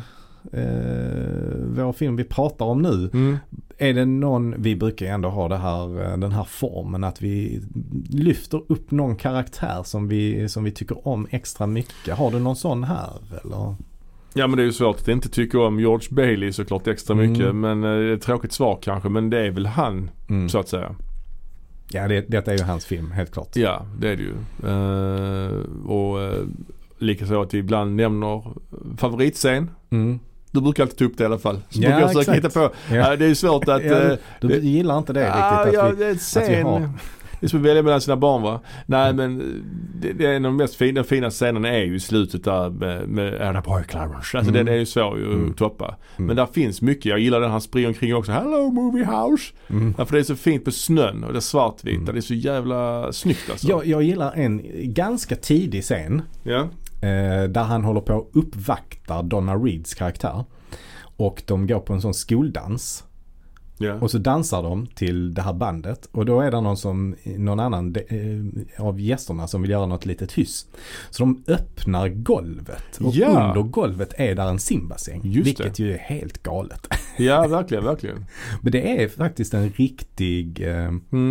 eh, vår film vi pratar om nu. Mm. Är det någon, vi brukar ju ändå ha det här, den här formen att vi lyfter upp någon karaktär som vi, som vi tycker om extra mycket. Har du någon sån här eller? Ja, men det är ju svårt att inte tycka om George Bailey såklart extra mycket. Mm. Men eh, det är ett tråkigt svar kanske. Men det är väl han Mm. så att säga. Ja, det, detta är ju hans film, helt klart. Ja, det är det ju. Uh, och uh, likaså att vi ibland nämner favoritscen. Mm. Du brukar alltid ta upp det i alla fall. Så Ja, brukar jag försöka hitta exakt. på. Ja. Uh, det är ju svårt att... Ja, uh, du, du gillar inte det riktigt? ah, Att ja, vi, det är en att vi scen. har. Det är som att välja mellan sina barn va? Nej men det, det är en av de mest fina, fina scenerna är ju i slutet där med, med Anna Boy Clarence. Alltså Mm. den är ju svår att Mm. toppa. Mm. Men där finns mycket. Jag gillar den han springer omkring också. Hello movie house. Mm. Därför det är så fint på snön och det är svartvita. Mm. Det är så jävla snyggt alltså. Jag, jag gillar en ganska tidig scen Ja. eh, där han håller på att uppvakta Donna Reeds karaktär. Och de går på en sån skoldans. Ja. Och så dansar de till det här bandet. Och då är det någon, som, någon annan de, eh, av gästerna som vill göra något litet hyss. Så de öppnar golvet. Och Ja. under golvet är där en simbassäng. Just vilket det. ju är helt galet. Ja, verkligen, verkligen. Men det är faktiskt en riktig, eh, Mm.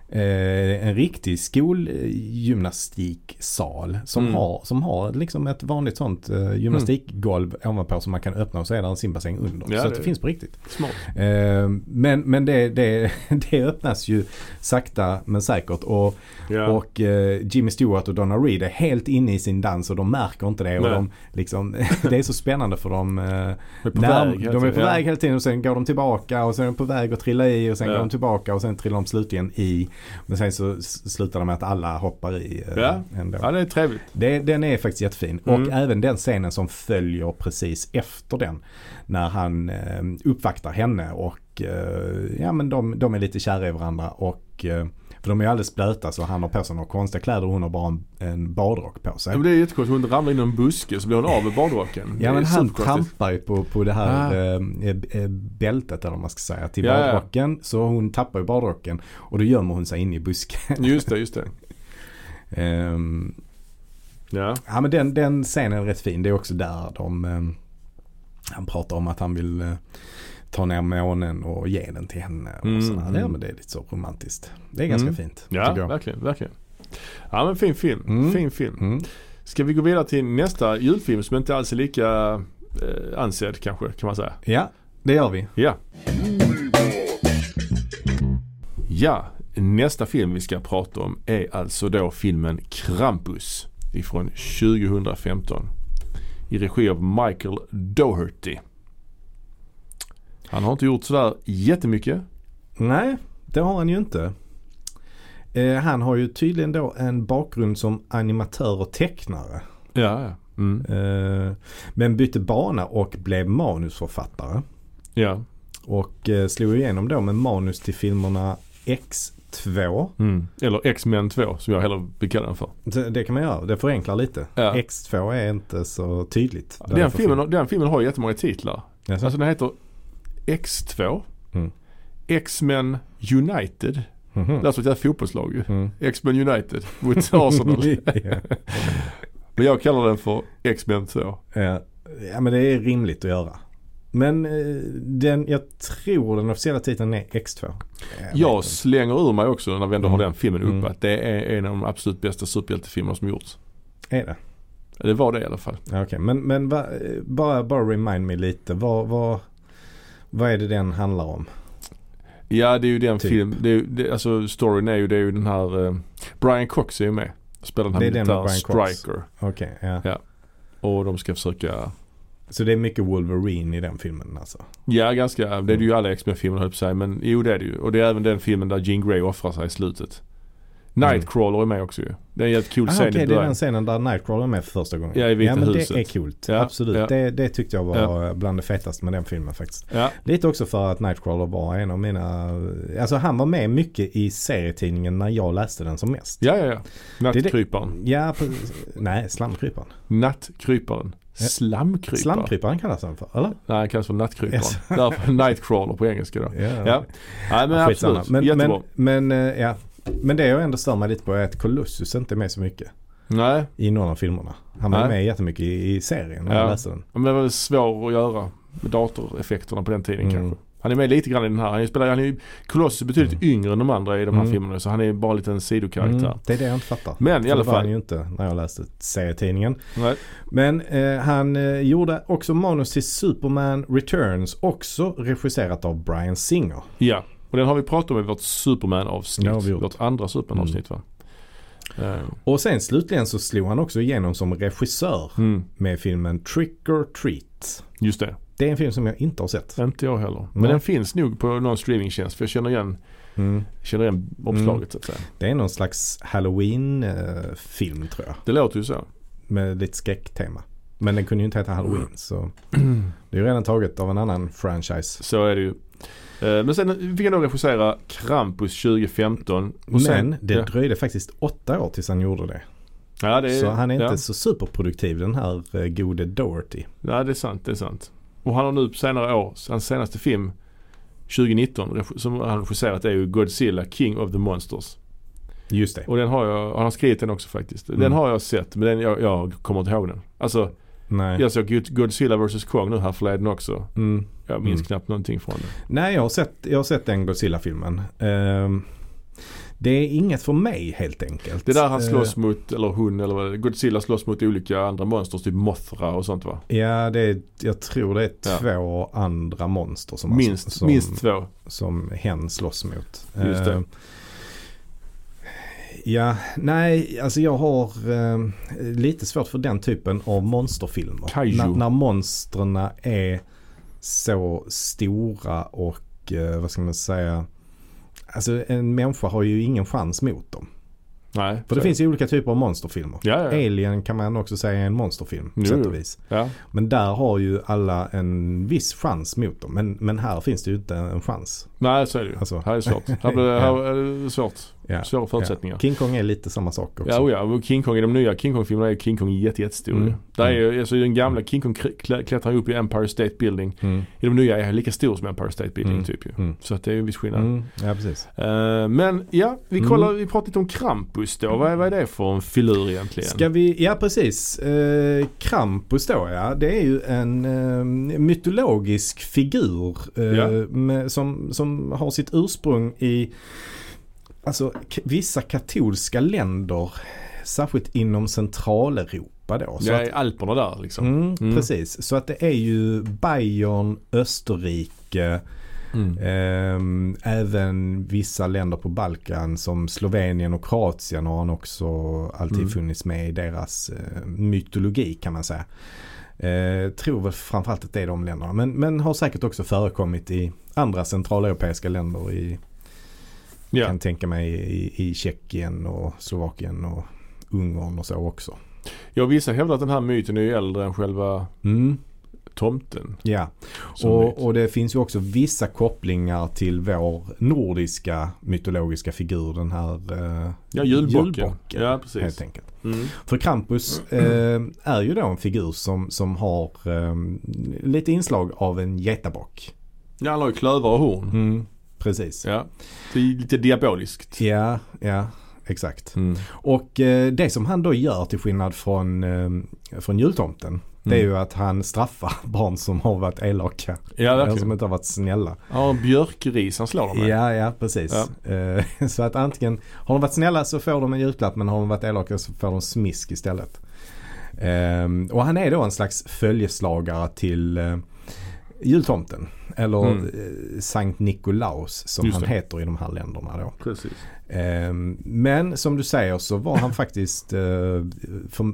Eh, en riktig skolgymnastiksal som, Mm. har, som har liksom ett vanligt sånt eh, gymnastikgolv mm. ovanpå som man kan öppna och så är det en simbassäng under. Ja, så det att det finns på riktigt. Smart. Eh, men men det, det, det öppnas ju sakta men säkert och, Ja. och eh, Jimmy Stewart och Donna Reed är helt inne i sin dans och de märker inte det. Och de, liksom, det är så spännande för dem. Eh, De är på när, väg hela de är på tiden, väg ja. hela tiden och sen går de tillbaka och sen är de på väg att trilla i och sen Ja. går de tillbaka och sen trillar de slutligen i. Men sen så s- slutar det med att alla hoppar i eh, Ja. ändå. Ja, det är trevligt. Det, den är faktiskt jättefin. Mm. Och även den scenen som följer precis efter den. När han eh, uppvaktar henne och eh, ja men de, de är lite kära i varandra och eh, för de är alldeles blöta så han har på sig några konstiga kläder och hon har bara en, en badrock på sig. Ja, men det är jättekonstigt. Hon ramlar in i en buske så blir hon av med badrocken. Ja, Det men är han superkonstigt. trampar ju på, på det här Ah. eh, eh, bältet eller vad man ska säga till Ja, ja. badrocken. Så hon tappar ju badrocken och då gömmer hon sig in i busken. Just det, just det. Ehm, Ja. ja men den, den scenen är rätt fin. Det är också där de eh, han pratar om att han vill eh, ta ner månen och ge den till henne. Och Mm, sådär. mm. Ja men det är lite så romantiskt. Det är ganska Mm. fint. Ja, tycker jag. verkligen, verkligen. Ja, men fin film. Mm. Fin film. Mm. Ska vi gå vidare till nästa julfilm som inte alls är lika eh, ansedd kanske, kan man säga. Ja, det gör vi. Ja. Ja, nästa film vi ska prata om är alltså då filmen Krampus ifrån tjugohundrafemton i regi av Michael Dougherty. Han har inte gjort sådär jättemycket. Nej, det har han ju inte. Eh, han har ju tydligen då en bakgrund som animatör och tecknare. Ja, ja. Mm. Eh, men bytte bana och blev manusförfattare. Ja. Och eh, slog igenom då med manus till filmerna X två. Mm. Eller X-Men två som jag hellre vill kalla den för. Det, det kan man göra. Det förenklar lite. Ja. X två är inte så tydligt. Den filmen, den filmen har jättemånga titlar. Jaså? Alltså den heter X två, Mm. X-Men United. Mhm. Det är alltså ett jävla fotbollslag ju. Mm. X-Men United mot Arsenal. ja. Men jag kallar den för X-Men två. Ja. ja, men det är rimligt att göra. Men eh, den, jag tror den officiella titeln är X två. Jag Jag vet slänger ur mig också när vi ändå Mm. har den filmen uppe Mm. att det är en av de absolut bästa superhjältefilmerna som gjorts. inte. Är det? Det var det i alla fall. Ja, okej. Men, men va, bara, bara remind mig lite. Vad, vad, vad är det den handlar om? Ja, det är ju den Typ. film. Det är, ju- det, alltså storyn är ju, det är ju den här uh, Brian Cox är ju med. Spelar den här Det är den med militära Brian Cox. striker. Okej, ja. Ja. Och de ska försöka. Så det är mycket Wolverine i den filmen alltså? Ja, ganska. Det är det ju alla X-Men-filmer höll jag på att säga. Men jo, det är det ju. Och det är även den filmen där Jean Grey offrar sig i slutet. Nightcrawler är med också ju. Det är en jävligt cool Ah, scen okej, i det är början. den scenen där Nightcrawler är med för första gången. Ja, i Vita ja, men huset. det är coolt. Ja, Absolut. ja. Det, det tyckte jag var Ja. bland det fetaste med den filmen faktiskt. Ja. Lite också för att Nightcrawler var en av mina... Alltså han var med mycket i serietidningen när jag läste den som mest. Ja, ja, ja. Det är det- Nattkryparen. Ja, på, nej, slamkryparen. Nattkryparen. Ja. Slamkryparen. Slamkryparen kallas den för, eller? Nej, han kallas för nattkryparen. Yes. Därför Nightcrawler på engelska då. Ja. Ja. Nej, men Skitsamma. absolut. Men, Jättebra. men, men, eh, ja. men det jag ändå stör mig lite på är att Colossus inte är med så mycket Nej, i någon av filmerna. Han var Nej. med jättemycket i, i serien när Ja. jag läste den. men det var väl svårt att göra med datoreffekterna på den tiden Mm. kanske. Han är med lite grann i den här. Han är, spelar, han är ju Colossus betydligt Mm. yngre än de andra i de här Mm. filmerna. Så han är bara en liten sidokaraktär. Mm, det är det jag inte fattar. Men i För alla det var han fall. ju inte när jag läste serietidningen. Nej. Men eh, han eh, gjorde också manus till Superman Returns, också regisserat av Bryan Singer. Ja, och den har vi pratat om i vårt Det har vi Superman-avsnitt. gjort. Vårt andra Superman-avsnitt va? Eh, Och sen slutligen så slog han också igenom som regissör Mm, med filmen Trick or Treat. just det. Det är en film som jag inte har sett. Inte jag heller. Men Nej. den finns nog på någon streamingtjänst för jag känner igen, Mm. känner igen omslaget så att säga. Det är någon slags Halloween-film tror jag. Det låter ju så. Med lite skräcktema. Men den kunde ju inte heta Halloween. Så det är ju redan taget av en annan franchise. Så är det ju. Eh, Men sen fick han då regissera Krampus tjugohundrafemton. Och sen, Men det ja. dröjde faktiskt åtta år tills han gjorde det. Ja, det är, Så han är inte ja. så superproduktiv den här eh, gode Dougherty. Ja, det är sant, det är sant. Och han har nu på senare år, hans senaste film tjugonitton regi- som han regisserat är ju Godzilla King of the Monsters. Just det. Och den har jag, han har skrivit den också faktiskt. Den Mm. har jag sett men den, jag, jag kommer inte ihåg den. Alltså Nej. jag såg God- Godzilla versus Kong nu här förleden också. Mm. Jag minns Mm. knappt någonting från den. Nej, jag har sett, jag har sett den Godzilla-filmen. Ehm, Det är inget för mig helt enkelt. Det där han slåss uh, mot, eller hon, eller Godzilla slåss mot olika andra monster, typ Mothra och sånt va? Ja, det är, jag tror det är ja. två andra monster som, minst, alltså, som, minst två. Som hen slåss mot. Just det. Uh, ja, nej, alltså jag har uh, lite svårt för den typen av monsterfilmer. Kaiju. N- när monstren är så stora och uh, vad ska man säga, alltså en människa har ju ingen chans mot dem. Nej. För det finns ju olika typer av monsterfilmer. Ja, ja, ja. Alien kan man också säga är en monsterfilm på sätt och vis. Ja. Men där har ju alla en viss chans mot dem. Men, men här finns det ju inte en chans. Nej, så är det ju. Alltså. Här är det svårt. Här, blir, här är det svårt. Ja. Svåra förutsättningar. Ja. King Kong är lite samma sak också. Ja, oh ja. King Kong i de nya King Kong-filmerna är King Kong jätte, jättestor. Mm. Där är ju, alltså den gamla King Kong klättrar upp i Empire State Building. Mm. I de nya är han lika stor som Empire State Building mm. typ ju. Mm. Så att det är ju en viss skillnad. Mm. Ja, precis. Uh, men ja, vi kollar, mm. vi pratar lite om Krampus då. Vad är, vad är det för en filur egentligen? Ska vi, ja precis. Uh, Krampus då ja. Det är ju en uh, mytologisk figur uh, ja. med, som, som har sitt ursprung i alltså k- vissa katolska länder, särskilt inom Centraleuropa då. Så ja, att, Alperna där liksom. Mm, mm. Precis. Så att det är ju Bayern, Österrike, mm. eh, även vissa länder på Balkan som Slovenien och Kroatien har han också alltid mm. funnits med i deras eh, mytologi kan man säga. Eh, tror väl framförallt att det är de länderna. Men, men har säkert också förekommit i andra centraleuropeiska länder i Jag yeah. kan tänka mig i, i Tjeckien och Slovakien och Ungern och så också. Jag vissa hävdar att den här myten är äldre än själva mm. tomten. Ja, och, och det finns ju också vissa kopplingar till vår nordiska mytologiska figur, den här eh, ja, julbocken. julbocken ja, precis. Helt enkelt. Mm. För Krampus eh, är ju då en figur som, som har eh, lite inslag av en getabock. Ja, han har ju klöver och horn. Mm. Precis. Ja. Det är lite diaboliskt. Ja, ja, exakt. Mm. Och eh, det som han då gör till skillnad från, eh, från jultomten, mm. det är ju att han straffar barn som har varit elaka. Ja, eller som inte har varit snälla. Ja, björkris han slår dem med. Ja, ja, precis. Ja. Eh, så att antingen har de varit snälla så får de en julklapp, men har de varit elaka så får de smisk istället. Eh, och han är då en slags följeslagare till eh, jultomten. Eller mm. Sankt Nikolaus som Just han det. heter i de här länderna då. Precis. Eh, men som du säger så var han faktiskt eh, för,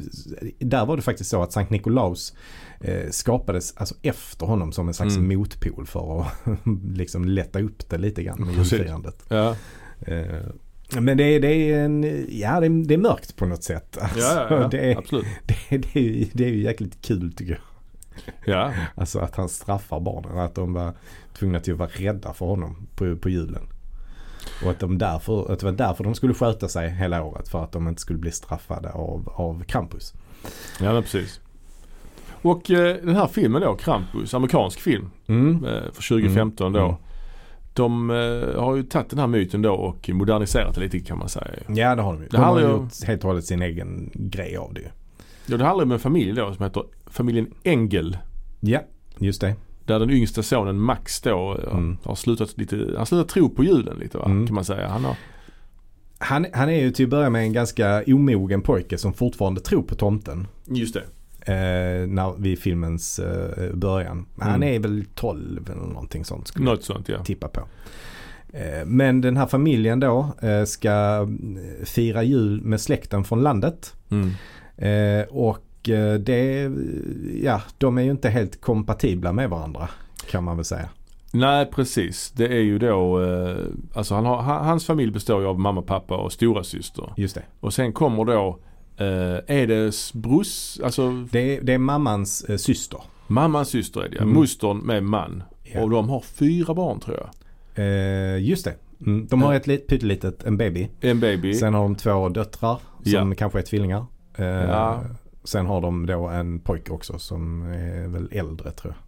där var det faktiskt så att Sankt Nikolaus eh, skapades alltså efter honom som en slags mm. motpol för att liksom lätta upp det lite grann med julfirandet. Ja. Eh, men det är, det är en ja det är, det är mörkt på något sätt. Alltså, ja, ja, ja. Det är, absolut. Det, det, är ju, det är ju jäkligt kul tycker jag. Ja. Alltså att han straffar barnen. Att de var tvungna till att vara rädda för honom på, på julen. Och att, de därför, att det var därför de skulle sköta sig hela året. För att de inte skulle bli straffade av, av Krampus. Ja, men precis. Och eh, den här filmen då, Krampus, amerikansk film. Mm. Eh, för tjugo femton då. Mm. De eh, har ju tagit den här myten då och moderniserat det lite kan man säga. Ja, det har de ju. De har ju gjort helt och hållet sin egen grej av det. Ja, det handlar om en familj då som heter familjen Engel. Ja, just det. Där den yngsta sonen Max då mm. har slutat lite, han har slutat tro på julen lite va, mm. kan man säga. Han, har... han, han är ju till att börja med en ganska omogen pojke som fortfarande tror på tomten. Just det. Eh, när, vid filmens eh, början. Han mm. är väl tolv eller någonting sånt. Skulle Något sånt, ja. Tippa på. Eh, men den här familjen då eh, ska fira jul med släkten från landet. Mm. Eh, och det, ja, de är ju inte helt kompatibla med varandra kan man väl säga. Nej, precis. Det är ju då eh, alltså han har, hans familj består ju av mamma, pappa och stora syster. Just det. Och sen kommer då eh, är det brus, alltså det är, det är mammans eh, syster. Mammans syster är det, mm. mostern med man. Ja. Och de har fyra barn tror jag. Eh, just det. Mm. De har ett lit, pyttelitet, en baby. En baby. Sen har de två döttrar som ja. kanske är tvillingar. Eh, ja. Sen har de då en pojke också som är väl äldre tror jag.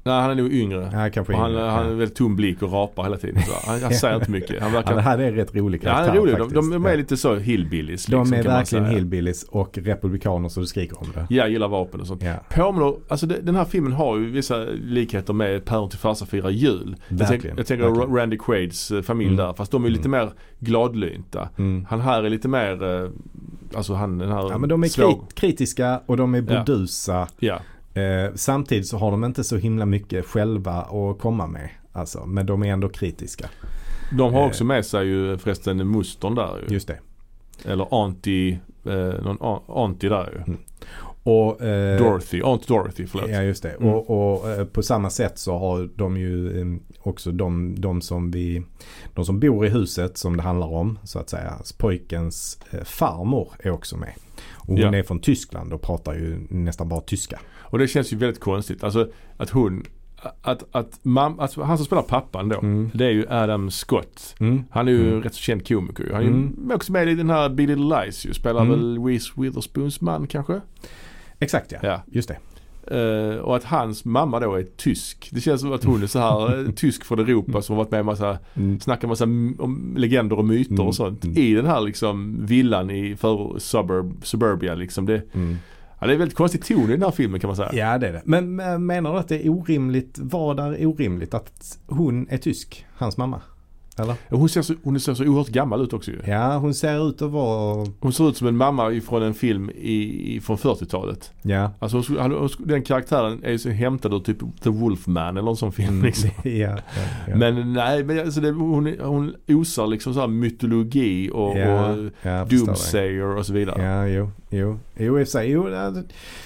Nej, han är nog yngre. Ja, kanske och han, yngre. han är Ja. väldigt tom blick och rapar hela tiden. Så han, han säger inte mycket. Han verkar... Ja, det här är en rätt rolig Ja, han karaktär är rolig. De, faktiskt. de är Ja. lite så hillbillies. De liksom, är kan man verkligen säga. hillbillies och republikaner så du skriker om det. Jag gillar vapen och sånt. Ja. Påminner, alltså det, den här filmen har ju vissa likheter med Päron till farsa firar jul. Jag, tänk, jag tänker verkligen. Randy Quaids eh, familj Mm. där. Fast de är lite mer gladlynta. Mm. Han här är lite mer, eh, alltså han den här Ja, men de är svår- krit- kritiska och de är burdusa. Ja. Eh, samtidigt så har de inte så himla mycket själva att komma med. Alltså, men de är ändå kritiska. De har Eh. också med sig ju förresten mustern där ju. Just det. Eller Auntie, eh, någon a- Auntie där ju. Mm. Och, eh, Dorothy, Aunt Dorothy, förlåt. Ja, just det. Mm. Och, och eh, på samma sätt så har de ju eh, också de, de som vi de som bor i huset som det handlar om så att säga. Pojkens eh, farmor är också med. Och hon Ja. är från Tyskland och pratar ju nästan bara tyska. Och det känns ju väldigt konstigt. Alltså att hon, att, att, mam, att han som spelar pappan då, Mm. det är ju Adam Scott. Mm. Han är ju Mm. rätt så känd komiker ju. Han är ju Mm. också med i den här Big Little Lies ju. Spelar Mm. väl Reese Witherspoons man kanske? Exakt ja. Ja. Just det. Uh, och att hans mamma då är tysk. Det känns som att hon är så här eh, tysk från Europa som har varit med massa, Mm. snackar massa m- om legender och myter Mm. och sånt. Mm. I den här liksom villan i för suburb, suburbia liksom. Det, Mm. ja, det är väldigt konstig ton i den här filmen kan man säga. Ja, det är det. Men, men menar du att det är orimligt, vad är orimligt att hon är tysk, hans mamma? Eller? Hon ser, så, hon ser så oerhört gammal ut också ju. Ja, hon ser ut att vara... Hon ser ut som en mamma från en film i, i, från fyrtiotalet. Ja. Alltså hon, skulle- han, hon, skulle- den karaktären är ju så hämtad ur typ The Wolfman eller någon sån film Mm. liksom. ja, ja, ja. Men nej, men alltså det, hon, hon osar liksom så här mytologi och, Ja, och jag förstår det. doomsayer och så vidare. Ja, jo, jo. Jo, i och för sig. Jo, det-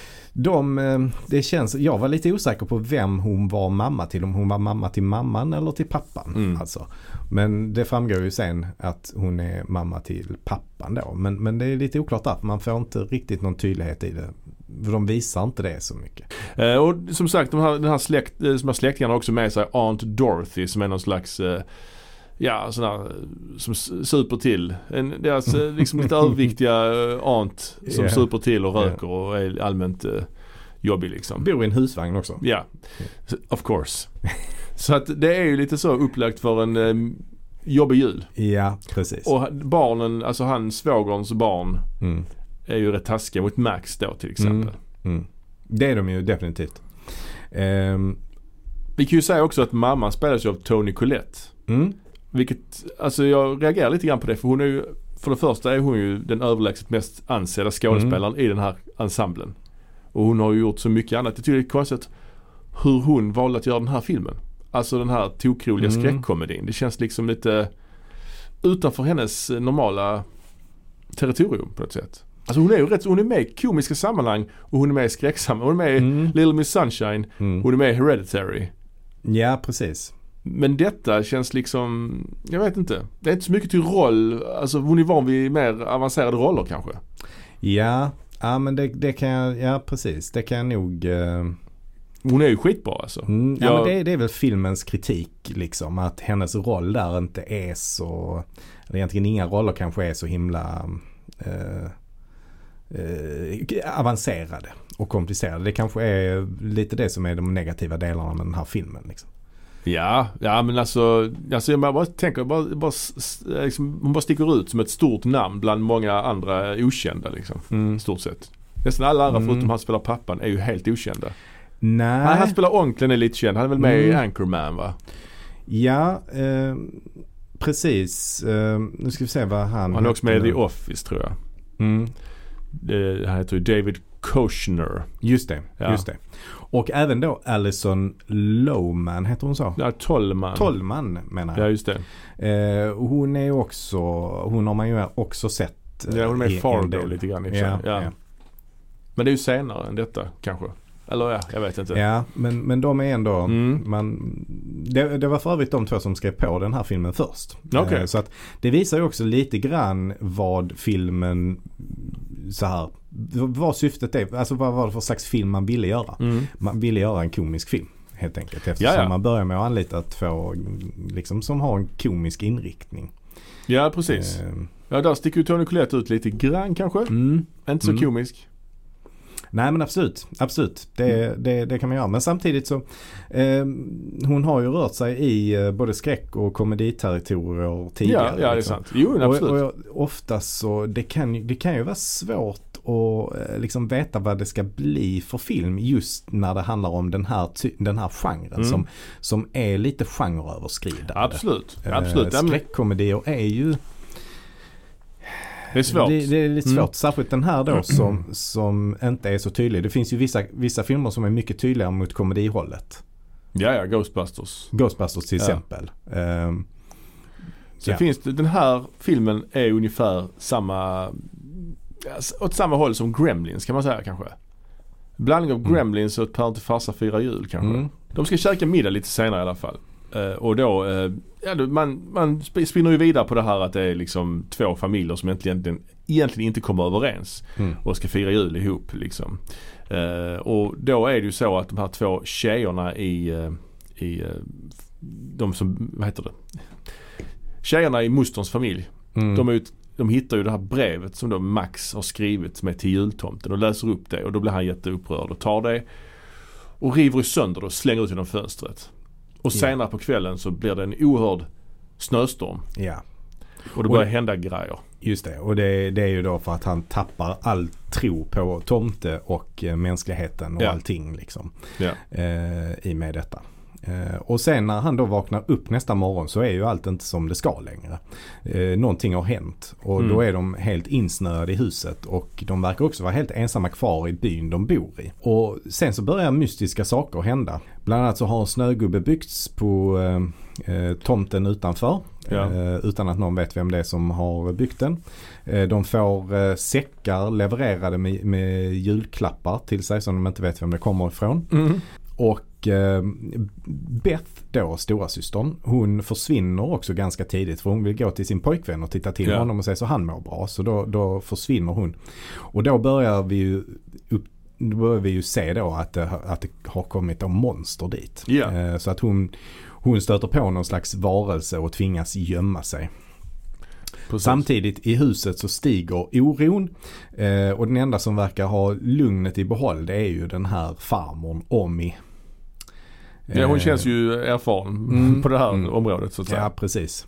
de, eh, det känns, jag var lite osäker på vem hon var mamma till. Om hon var mamma till mamman eller till pappan. Mm. Alltså. Men det framgår ju sen att hon är mamma till pappan då. Men, men det är lite oklart där. Man får inte riktigt någon tydlighet i det. De visar inte det så mycket. Eh, och som sagt, de här, den här, släkt, eh, som här släktingarna har också med sig Aunt Dorothy som är någon slags eh, ja, sån här eh, som s- super till. En, deras eh, liksom lite överviktiga eh, aunt som Ja. super till och Ja. röker och är allmänt eh, jobbig liksom. Bor i en husvagn också. Ja, of course. Så att det är ju lite så upplagt för en eh, jobbig jul. Ja, precis. Och barnen, alltså hans svågerns barn Mm. är ju rätt taskiga mot Max då till exempel. Mm. Mm. Det är de ju definitivt. Ehm, Vi kan ju säga också att mamman spelas ju av Toni Collette. mm. Vilket, alltså jag reagerar lite grann på det för hon är ju, för det första är hon ju den överlägset mest ansedda skådespelaren i den här ensemblen. Och hon har ju gjort så mycket annat. Jag tycker det är konstigt hur hon valde att göra den här filmen. Alltså den här tokroliga Mm. skräckkomedin. Det känns liksom lite utanför hennes normala territorium på något sätt. Alltså hon är ju rätt, hon är med i komiska sammanhang och hon är med i skräcksammanhang. Hon är med i Mm. Little Miss Sunshine. Mm. Hon är med i Hereditary. Ja, precis. Men detta känns liksom, jag vet inte. Det är inte så mycket till roll. Alltså hon är van vid mer avancerade roller kanske. Ja, ja men det, det kan jag, ja precis. Det kan jag nog... eh, Hon är ju skitbra alltså. Mm, ja, Jag- men det, det är väl filmens kritik liksom. Att hennes roll där inte är så... Eller egentligen inga roller kanske är så himla eh, eh, avancerade och komplicerade. Det kanske är lite det som är de negativa delarna med den här filmen. Liksom. Ja, ja men alltså, alltså jag bara tänker, bara, bara, s- s- liksom, hon bara sticker ut som ett stort namn bland många andra okända liksom. Mm. I stort sett. Nästan alla andra Mm. förutom han spelar pappan är ju helt okända. Nej. Han, han spelar onkeln är lite känd. Han är väl med i Mm. Anchorman va? Ja, eh, precis. Eh, nu ska vi se vad han... Han är också med i heter The nu. Office tror jag. Mm. Det, han heter ju David Koshner. Just det, Ja. just det. Och även då Alison Lohman, heter hon så? Ja, Tollman. Tollman menar jag. Ja, just det. Eh, hon är ju också, hon har man ju också sett. eh, Ja, hon är med i en Fargo del. lite grann i och för sig. Ja, Ja. ja. Men det är ju senare än detta kanske. Eller ja, jag vet inte. ja men, men de är ändå, Mm. man, det, det var för övrigt de två som skrev på den här filmen först. Okej. Eh, så att det visar ju också lite grann vad filmen, så här, vad syftet är, alltså vad var det för slags film man ville göra. Mm. Man ville göra en komisk film helt enkelt. Eftersom Ja, ja. man börjar med att anlita två liksom, som har en komisk inriktning. Ja, precis. Eh, Ja, där sticker ju Toni Collette ut lite grann kanske. mm, Inte så Mm. komisk. Nej men absolut, absolut. Det, mm. det, det kan man göra. Men samtidigt så eh, hon har ju rört sig i eh, både skräck och komediterritorier tidigare. Ja, ja det är liksom. sant. Jo, absolut. Och, och oftast så, det kan, det kan ju vara svårt att liksom veta vad det ska bli för film just när det handlar om den här, ty- den här genren mm. som, som är lite genreöverskridande. Absolut, absolut. Eh, skräckkomedier är ju Det är svårt. Det, det är lite svårt. Mm. Särskilt den här då som, som inte är så tydlig. Det finns ju vissa, vissa filmer som är mycket tydligare mot komedihållet. Ja, ja. Ghostbusters. Ghostbusters till ja. exempel. Um, så ja. finns det, den här filmen är ungefär samma, åt samma håll som Gremlins kan man säga kanske. Blandning av mm. Gremlins och ett par till farsa fyra jul kanske. Mm. De ska käka middag lite senare i alla fall. Uh, och då, uh, ja, man, man spinner ju vidare på det här att det är liksom två familjer som egentligen, egentligen inte kommer överens mm. och ska fira jul ihop liksom. Uh, och då är det ju så att de här två tjejerna i, uh, i uh, de som, vad heter det? Tjejerna i Mustons familj. Mm. De, är ut, de hittar ju det här brevet som då Max har skrivit med till jultomten och läser upp det och då blir han jätteupprörd och tar det och river sönder det och slänger ut genom fönstret. Och senare på kvällen så blir det en oerhörd snöstorm. Ja. Och det börjar och, hända grejer. Just det. Och det, det är ju då för att han tappar all tro på tomte och eh, mänskligheten och ja. allting liksom. Ja. Eh, i med detta. Eh, och sen när han då vaknar upp nästa morgon så är ju allt inte som det ska längre. Eh, någonting har hänt. Och mm. då är de helt insnöade i huset. Och de verkar också vara helt ensamma kvar i byn de bor i. Och sen så börjar mystiska saker hända. Bland annat så har en snögubbe byggts på eh, tomten utanför. Ja. Eh, utan att någon vet vem det är som har byggt den. Eh, de får eh, säckar levererade med, med julklappar till sig som de inte vet vem det kommer ifrån. Mm. Och eh, Beth då, stora systern, hon försvinner också ganska tidigt för hon vill gå till sin pojkvän och titta till ja. honom och säga så han mår bra. Så då, då försvinner hon. Och då börjar vi ju upp Då börjar vi ju se då att det, att det har kommit en monster dit. Yeah. Så att hon, hon stöter på någon slags varelse och tvingas gömma sig. Precis. Samtidigt i huset så stiger oron och den enda som verkar ha lugnet i behåll det är ju den här farmor Omi. Ja, hon känns ju erfaren mm, på det här mm, området så att säga. Ja, precis.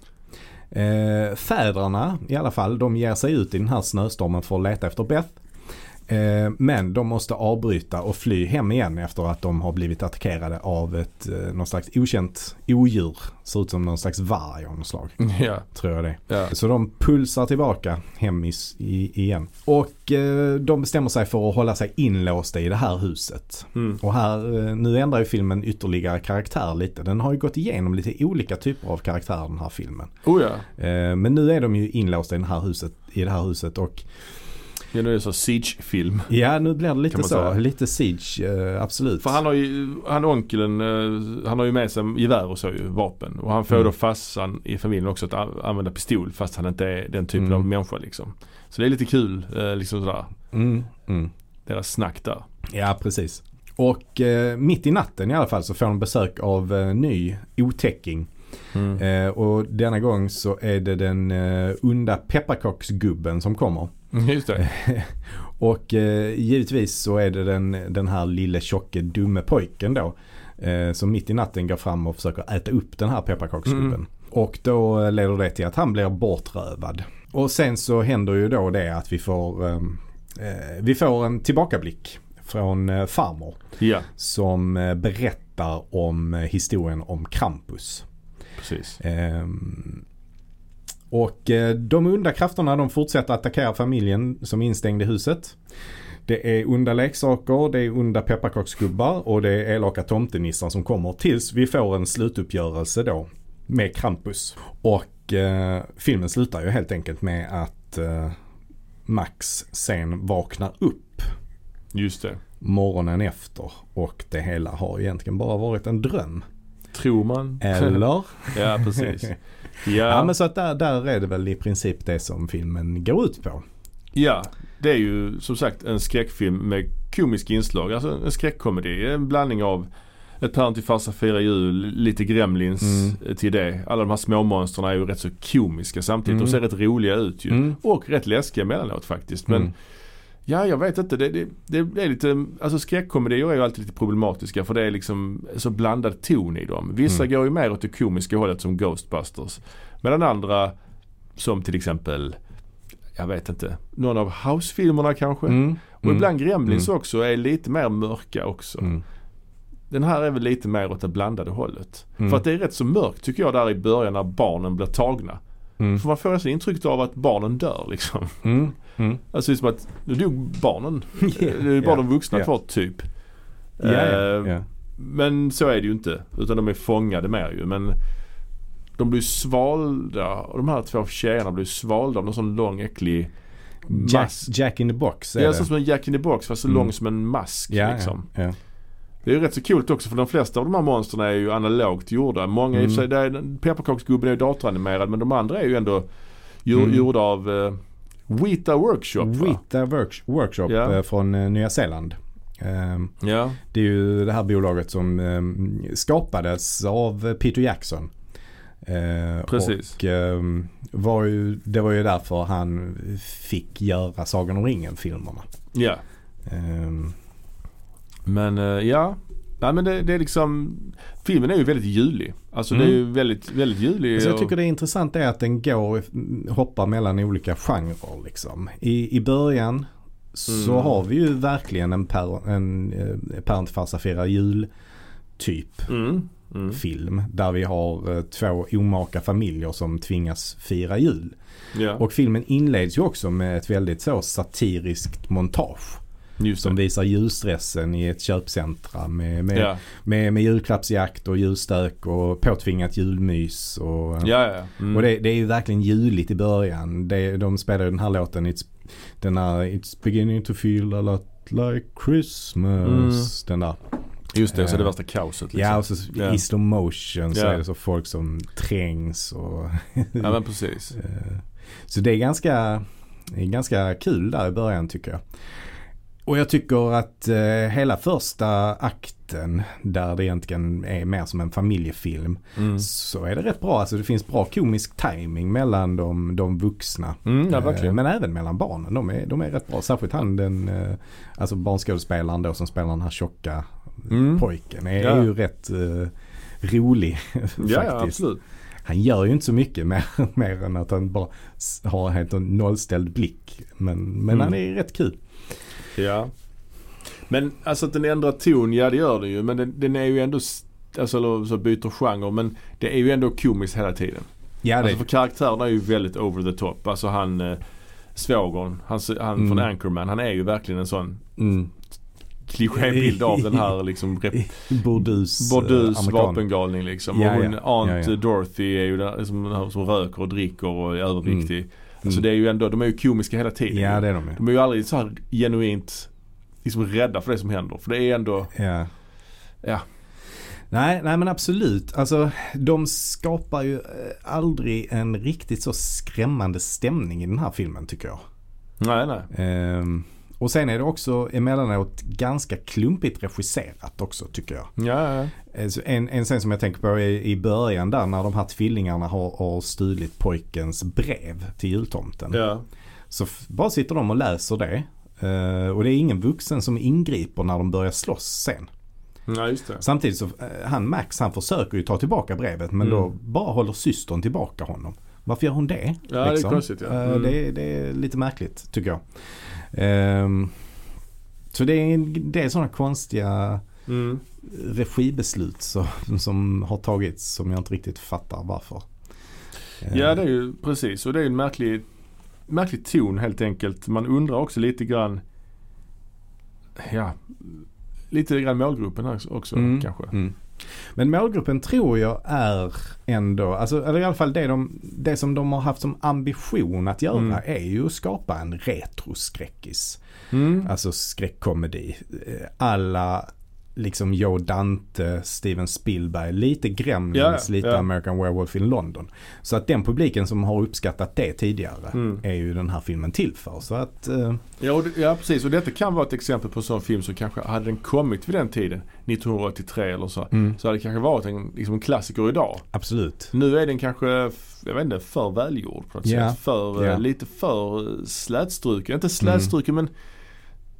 Eh, fäderna i alla fall, de ger sig ut i den här snöstormen för att leta efter Beth. Eh, men de måste avbryta och fly hem igen efter att de har blivit attackerade av ett eh, någon slags okänt odjur. Ser ut som någon slags varg av något slag. Ja. Tror jag det. Ja. Så de pulsar tillbaka hem i, i, igen. Och eh, de bestämmer sig för att hålla sig inlåsta i det här huset. Mm. Och här, eh, nu ändrar ju filmen ytterligare karaktär lite. Den har ju gått igenom lite olika typer av karaktärer den här filmen. Oh ja. Eh, men nu är de ju inlåsta i det här huset, i det här huset och ja, nu är det så Siege-film. Ja, nu blir det lite så. Säga. Lite Siege, uh, absolut. För han har ju, han onkeln, uh, han har ju med sig gevär och så ju, vapen. Och han får mm. då farsan i familjen också att a- använda pistol fast han inte är den typen mm. av människa liksom. Så det är lite kul, uh, liksom sådär. Mm. Mm. Deras snack där. Ja, precis. Och uh, mitt i natten i alla fall så får de besök av uh, ny otäcking. Mm. Uh, och denna gång så är det den uh, onda pepparkaksgubben som kommer. Just det. Och eh, givetvis så är det den, den här lille tjocke dumme pojken då eh, som mitt i natten går fram och försöker äta upp den här pepparkaksgubben. Mm. Och då leder det till att han blir bortrövad. Och sen så händer ju då det att vi får eh, vi får en tillbakablick från eh, farmor ja. som eh, berättar om eh, historien om Krampus. Precis. Eh, Och eh, de onda krafterna de fortsätter attackera familjen som är instängd i huset. Det är onda leksaker, det är onda pepparkaksgubbar och det är elaka tomtenissar som kommer tills vi får en slutuppgörelse då med Krampus. Och eh, filmen slutar ju helt enkelt med att eh, Max sen vaknar upp. Just det. Morgonen efter och det hela har egentligen bara varit en dröm. Tror man. Eller? Ja, precis. Ja. ja, men så att där, där är det väl i princip det som filmen går ut på. Ja, det är ju som sagt en skräckfilm med komisk inslag. Alltså en skräckkomedi. En blandning av ett par till farsa fyra jul, lite Gremlins mm. till det. Alla de här små monsterna är ju rätt så komiska samtidigt. Mm. De ser rätt roliga ut ju. Mm. Och rätt läskiga mellanåt faktiskt. Men mm. Ja, jag vet inte. Det, det, det är lite, alltså skräckkomedier är ju alltid lite problematiska för det är liksom så blandad ton i dem. Vissa mm. går ju mer åt det komiska hållet som Ghostbusters. Medan andra, som till exempel, jag vet inte, någon av House-filmerna kanske. Mm. Och mm. ibland Gremlins mm. också är lite mer mörka också. Mm. Den här är väl lite mer åt det blandade hållet. Mm. För att det är rätt så mörkt tycker jag där i början när barnen blir tagna. Mm. För man får nästan intryck av att barnen dör liksom. Mm. Mm. Alltså det är som att nu dog barnen. Yeah. Det är bara yeah. de vuxna yeah. kvar typ. Yeah. Uh, yeah. Men så är det ju inte. Utan de är fångade mer ju. Men de blir svalda. Och de här två tjejerna blir svalda av någon sån lång äcklig mask. Jack, Jack in the box är det. Ja, så som en Jack in the box fast så mm. lång som en mask yeah, liksom. Yeah. Yeah. Det är ju rätt så coolt också för de flesta av de här monsterna är ju analogt gjorda. Många mm. i och för sig, där, pepparkaksgubben är ju datoranimerad men de andra är ju ändå gjor, mm. gjorda av uh, Weta Workshop. Weta work, Workshop yeah. från uh, Nya Zeeland. Um, yeah. Det är ju det här bolaget som um, skapades av Peter Jackson. Uh, Precis. Och um, var ju, det var ju därför han fick göra Sagan om ringen-filmerna. Ja. Yeah. Um, Men uh, ja, nej men det, det är liksom, filmen är ju väldigt julig. Alltså mm. det är ju väldigt, väldigt julig. Alltså jag och... tycker det är intressant är att den går, hoppar mellan olika genrer liksom. I, i början mm. så har vi ju verkligen en, per, en eh, Parent farsa firar jul typ mm. Mm. film. Där vi har eh, två omaka familjer som tvingas fira jul. Yeah. Och filmen inleds ju också med ett väldigt så satiriskt montage. Just som det. visar julstressen i ett köpcentra med, med, ja. med, med julklappsjakt och julstök och påtvingat julmys. Och, ja, ja. Mm. och det, det är ju verkligen juligt i början. Det, de spelar den här låten It's, den här, It's beginning to feel a lot like Christmas. Mm. Den där. Just det, så är det värsta kaoset. Liksom. Ja, och så yeah. i slow motion så yeah. är det så folk som trängs. Och ja, men precis. Så det är ganska, det är ganska kul där i början tycker jag. Och jag tycker att eh, hela första akten där det egentligen är mer som en familjefilm mm. så är det rätt bra. Alltså det finns bra komisk timing mellan de, de vuxna. Mm, ja, verkligen. Men även mellan barnen. De är, de är rätt bra. Särskilt han den, eh, alltså barnskådespelaren då som spelar den här tjocka mm. pojken är, ja. är ju rätt eh, rolig faktiskt. Ja, ja, absolut. Han gör ju inte så mycket mer, mer än att han bara har helt en nollställd blick. Men, men mm. han är rätt kul. Ja. Men alltså att den ändrar ton, ja det gör den ju. Men den, den är ju ändå, alltså så byter genre. Men det är ju ändå komiskt hela tiden. Ja, det alltså för karaktärerna är ju väldigt over the top. Alltså han, eh, svågon, han, han mm. från Anchorman, han är ju verkligen en sån mm. klichébild av den här liksom rep- Bordus, Bordus vapengalning liksom. Ja, och hon, ja. Aunt ja, ja. Dorothy är ju där, som, som röker och dricker och är överviktig. Mm. Alltså det är ju ändå, de är ju komiska hela tiden. Ja, det är de. De är ju aldrig så här genuint liksom rädda för det som händer. För det är ändå... Ja. Ja. Nej, nej men absolut. Alltså de skapar ju aldrig en riktigt så skrämmande stämning i den här filmen tycker jag. Nej, nej. Ehm, och sen är det också emellanåt ganska klumpigt regisserat också tycker jag. Ja, ja. En, en scen som jag tänker på är i början där när de här tvillingarna har, har stulit pojkens brev till jultomten. Ja. Så f- bara sitter de och läser det. Uh, och det är ingen vuxen som ingriper när de börjar slåss sen. Ja, just det. Samtidigt så uh, han Max han försöker ju ta tillbaka brevet men mm. då bara håller systern tillbaka honom. Varför gör hon det? Ja, liksom? det är konstigt. Ja. Mm. Uh, det, det är lite märkligt tycker jag. Uh, så det är, det är sådana konstiga mm. regibeslut så, som har tagits som jag inte riktigt fattar varför. Ja, det är ju precis. Och det är en märklig märklig ton helt enkelt. Man undrar också lite grann ja, lite grann målgruppen här också mm. kanske. Mm. Men målgruppen tror jag är ändå, alltså, eller i alla fall det, de, det som de har haft som ambition att göra mm. är ju att skapa en retroskräckis. Mm. Alltså skräckkomedi. Alla liksom Joe Dante, Steven Spielberg, lite Gremlins, ja, lite ja. American Werewolf in London. Så att den publiken som har uppskattat det tidigare mm. är ju den här filmen till för. Så att, uh... ja, och det, ja, precis. Och detta kan vara ett exempel på en sån film som kanske hade den kommit vid den tiden, nittonhundraåttiotre eller så, mm. så hade det kanske varit en, liksom en klassiker idag. Absolut. Nu är den kanske, jag vet inte, för välgjord på något yeah. sätt. För, yeah. lite för slätstruken. Inte slätstruken, mm. men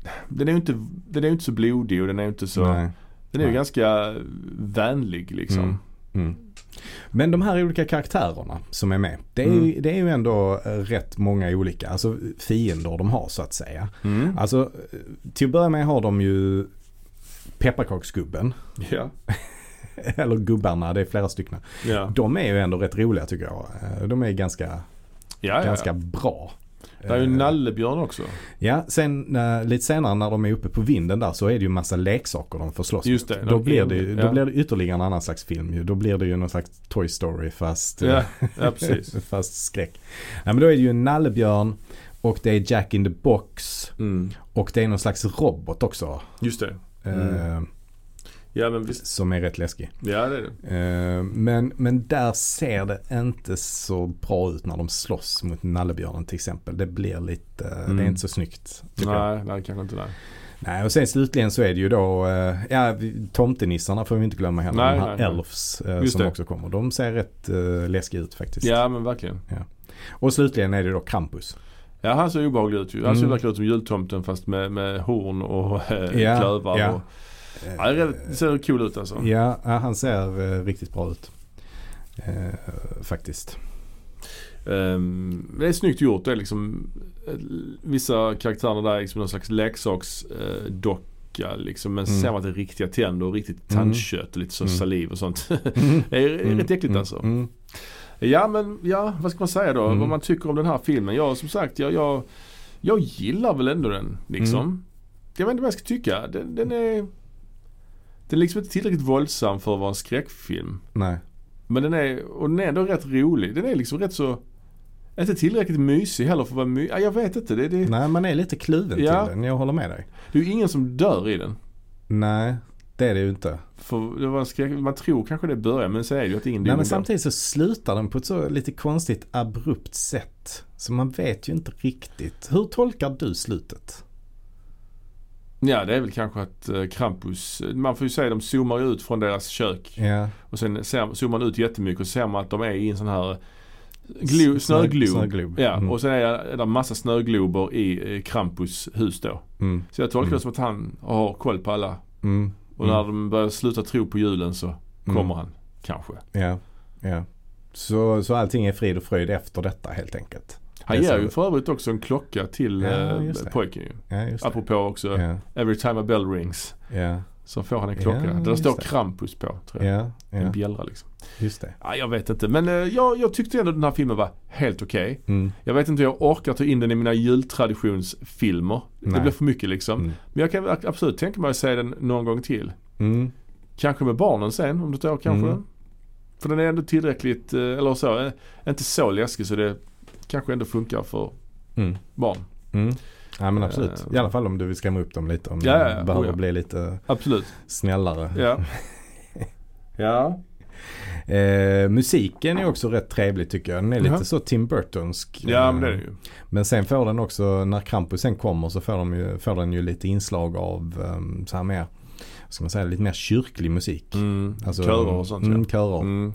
den är ju inte, den är inte så blodig och den är inte så, Nej. den är ju Nej. ganska vänlig liksom. Mm. Mm. Men de här olika karaktärerna som är med, det är, Mm. ju, det är ju ändå rätt många olika, alltså fiender de har så att säga. Mm. Alltså till att börja med har de ju pepparkaksgubben. Ja. Eller gubbarna, det är flera stycken. Ja. De är ju ändå rätt roliga tycker jag. De är ganska, Ja, ja, ganska ja. bra. Det är ju en nallebjörn också. Ja, sen uh, lite senare när de är uppe på vinden där så är det ju massa leksaker de får slåss Just det. mot. Då, de blir är- det, ju- ja. då blir det ytterligare en annan slags film ju. Då blir det ju någon slags Toy Story fast, Ja, ja precis. fast skräck. Ja, men då är det ju en nallebjörn och det är Jack in the Box Mm. och det är någon slags robot också. Just det. eh, Ja, men visst. som är rätt läskig. Ja, det är det. Eh, men, men där ser det inte så bra ut när de slåss mot nallebjörnen till exempel. Det blir lite, Mm. det är inte så snyggt. tycker jag. Nej, nej, kanske inte det. Nej, och sen slutligen så är det ju då, eh, ja, vi- tomtenissarna får vi inte glömma heller. Nej, de här nej, nej. elves eh, Just som det. också kommer. De ser rätt eh, läskiga ut faktiskt. Ja, men verkligen. Och slutligen är det då Krampus. Ja, han ser obehaglig ut ju. Han ser Mm. verkligen ut som jultomten fast med, med horn och äh, Ja, klövar. ja. Och, ja, det är- det ser cool ut alltså. Ja, ja, han ser eh, riktigt bra ut. Eh, faktiskt. Um, det är snyggt gjort. Det är liksom eh, vissa karaktärer där är liksom någon slags leksaksdocka liksom, men Mm. ser man att det är riktiga tänder och riktigt Mm. tandkött och lite så Mm. saliv och sånt. Mm. Det är Mm. rätt äckligt Mm. alltså. Mm. Ja, men ja, vad ska man säga då? Mm. Vad man tycker om den här filmen. Jag som sagt, jag, jag, jag gillar väl ändå den liksom. Mm. Jag vet inte vad jag ska tycka. Den, den är den är liksom inte tillräckligt våldsam för att vara en skräckfilm. Nej. Men den är, och den är ändå rätt rolig. Den är liksom rätt så, inte tillräckligt mysig heller för att vara mysig. Ja, jag vet inte. Det, det, Nej, man är lite kluven Ja. till den. Jag håller med dig. det är ju ingen som dör i den. Nej, det är det ju inte. För det var en skräck, man tror kanske det börjar, men så är det ju att ingen Nej, dör. men samtidigt så slutar den på ett så lite konstigt abrupt sätt. Så man vet ju inte riktigt. Hur tolkar du slutet? Ja, det är väl kanske att uh, Krampus, man får ju säga de zoomar ut från deras kök. Ja. Och sen ser, zoomar man ut jättemycket och ser man att de är i en sån här glo, Snö- snöglob. snöglob. Ja, Mm. och sen är det massa snöglober i eh, Krampus hus då. Mm. Så jag tolkar Mm. det som att han har koll på alla. Mm. Och när de börjar sluta tro på julen så kommer Mm. han kanske. Ja, ja. Så, så allting är frid och fröjd efter detta helt enkelt. Han Det är ger så- ju för övrigt också en klocka till Ja, eh, just det. pojken ju. Ja, just det. Apropå också Ja, Every time a bell rings. ja, Så får han en klocka. Ja, Där just står det. Krampus på tror jag. ja, En ja. bjällra liksom. Just det. Ja, jag vet inte. Men eh, jag, jag tyckte ändå den här filmen var helt okej. Mm. Jag vet inte hur jag orkar ta in den i mina jultraditionsfilmer. Det Nej. blir för mycket liksom. Mm. Men jag kan absolut tänka mig att se den någon gång till. Mm. Kanske med barnen sen om du tar kanske. Mm. För den är ändå tillräckligt, eh, eller så, eh, inte så läskig så det kanske ändå funkar för Mm. barn. Mm. Ja, men absolut. Eh. I alla fall om du vill skrämma upp dem lite. Om Ja, ja, de ja. behöver Oh, ja. bli lite Absolut. snällare. Ja. Ja. Eh, musiken är också rätt trevlig tycker jag. Den är lite Jaha. så Tim Burtonsk. Ja, Eh, men det är det ju. Men sen får den också, när Krampus sen kommer så får, de ju, får den ju lite inslag av um, så här mer, vad ska man säga, lite mer kyrklig musik. Mm. Alltså, Körer och sånt. Mm, Ja. körer. Mm.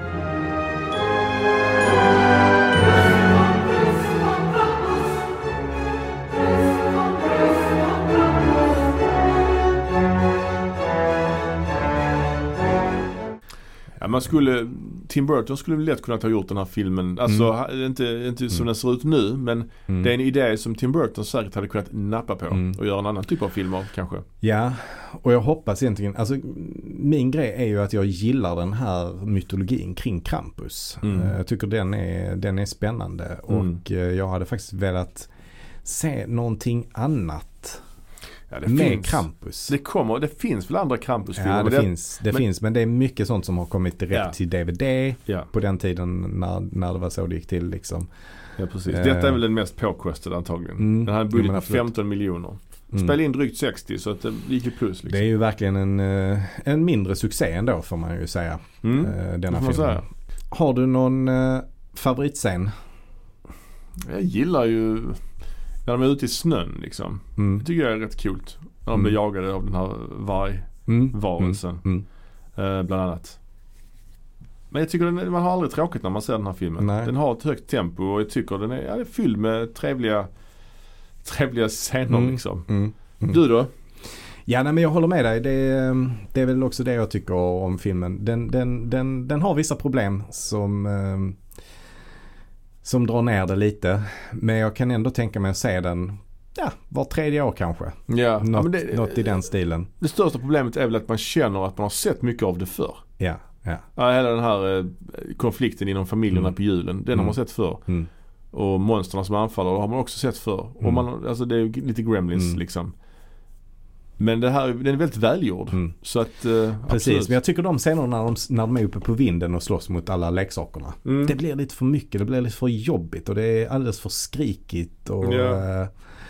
Ja, man skulle, Tim Burton skulle lätt kunna ha gjort den här filmen. Alltså ha- inte, inte som Mm. den ser ut nu, men Mm. det är en idé som Tim Burton säkert hade kunnat nappa på Mm. och göra en annan typ av film av kanske. Ja, och jag hoppas egentligen, alltså min grej är ju att jag gillar den här mytologin kring Krampus. Mm. Eh, Jag tycker den är, den är spännande Mm. och eh, jag hade faktiskt velat se någonting annat Ja, det med finns. Krampus. Det kommer, det finns väl andra Krampus-filmer? Ja, det, men finns. Det men- finns, men det är mycket sånt som har kommit direkt Ja. till D V D Ja, på den tiden när, när det var så det gick till liksom. ja, precis. Eh. Detta är väl den mest påkostade antagligen. Mm. Den hade en Jo, budget men på absolut. femton miljoner. Mm. Spelade in drygt sextio så att det gick ju plus liksom. Det är ju verkligen en, eh, en mindre succé ändå får man ju säga. Mm. eh, Det Denna får man filmen. säga. Har du någon eh, favoritscen? Jag gillar ju när de är ute i snön liksom. Mm. Det tycker jag är rätt kul. När de Mm. blir jagade av den här Mm. vargvarelsen. Mm. Eh, bland annat. Men jag tycker den, man har aldrig tråkigt när man ser den här filmen. Nej. Den har ett högt tempo och jag tycker den är, ja, det är fylld med trevliga trevliga scener Mm. liksom. Mm. Mm. Du då? Ja, nej, men jag håller med dig. Det, det är väl också det jag tycker om filmen. Den, den, den, den har vissa problem som, som drar ner det lite. Men jag kan ändå tänka mig att se den ja, var tredje år kanske. Ja, något, ja, men det, något i den stilen. Det största problemet är väl att man känner att man har sett mycket av det förr. Ja, ja. Ja, hela den här eh, konflikten inom familjerna mm. på julen, den mm. har man sett förr. Mm. Och monsterna som anfaller har man också sett förr. Mm. Och man, alltså det är lite Gremlins mm. liksom. Men det här, den är väldigt välgjord. Mm. Så att, eh, precis, absolut. Men jag tycker de scener när de, när de är uppe på vinden och slåss mot alla leksakerna. Mm. Det blir lite för mycket, det blir lite för jobbigt och det är alldeles för skrikigt. Och, ja.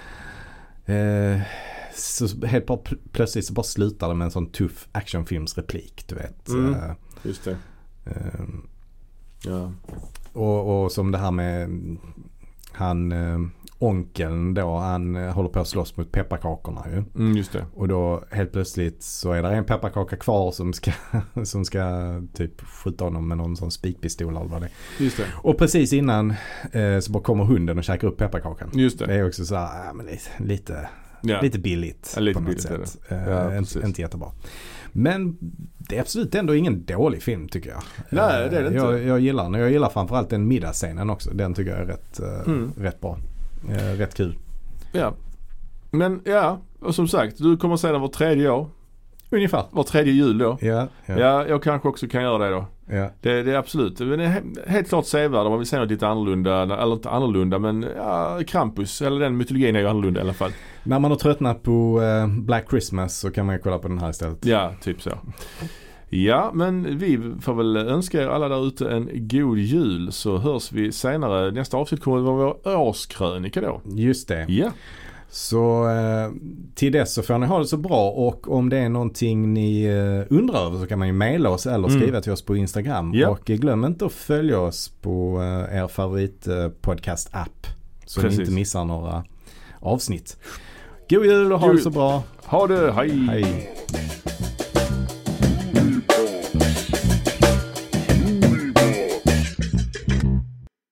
eh, eh, så helt bara pl- plötsligt så bara slutar det med en sån tuff actionfilmsreplik, du vet. Mm. Eh, Just det. Eh, ja. och, och som det här med han... Eh, onkeln då, han håller på att slåss mot pepparkakorna ju. Mm, just det. Och då helt plötsligt så är det en pepparkaka kvar som ska, som ska typ skjuta honom med någon sån spikpistol eller vad det är. Just det. Och precis innan eh, så bara kommer hunden och käkar upp pepparkakan. Just det. Det är också så här, äh, men lite, ja. lite billigt ja, lite på något billigt sätt. Är det. Ja, eh, inte, inte jättebra. Men det är absolut ändå ingen dålig film tycker jag. Nej, det är det inte. Jag, jag gillar den. Jag gillar framförallt den middagsscenen också. Den tycker jag är rätt, eh, mm. rätt bra. Eh, rätt kul. Ja. Men ja, och som sagt, du kommer att se den var tredje år. Ungefär. Var tredje jul då. Ja, ja. ja, jag kanske också kan göra det då. Ja. Det, det är absolut. Det är helt klart sevärd om man vill säga något lite annorlunda. Eller inte annorlunda, men ja, Krampus. Eller den mytologin är ju annorlunda i alla fall. När man har tröttnat på uh, Black Christmas så kan man ju kolla på den här istället. Ja, typ så. Ja, men vi får väl önska er alla där ute en god jul, så hörs vi senare. Nästa avsnitt kommer att vara vår årskrönika då. Just det. Ja. Så eh, till dess så får ni ha det så bra, och om det är någonting ni eh, undrar över så kan man ju mejla oss eller skriva mm. till oss på Instagram. Ja. Och glöm inte att följa oss på eh, er favorit eh, podcast-app så Precis. ni inte missar några avsnitt. God jul och ha God. det så bra. Ha det, hej! Hej!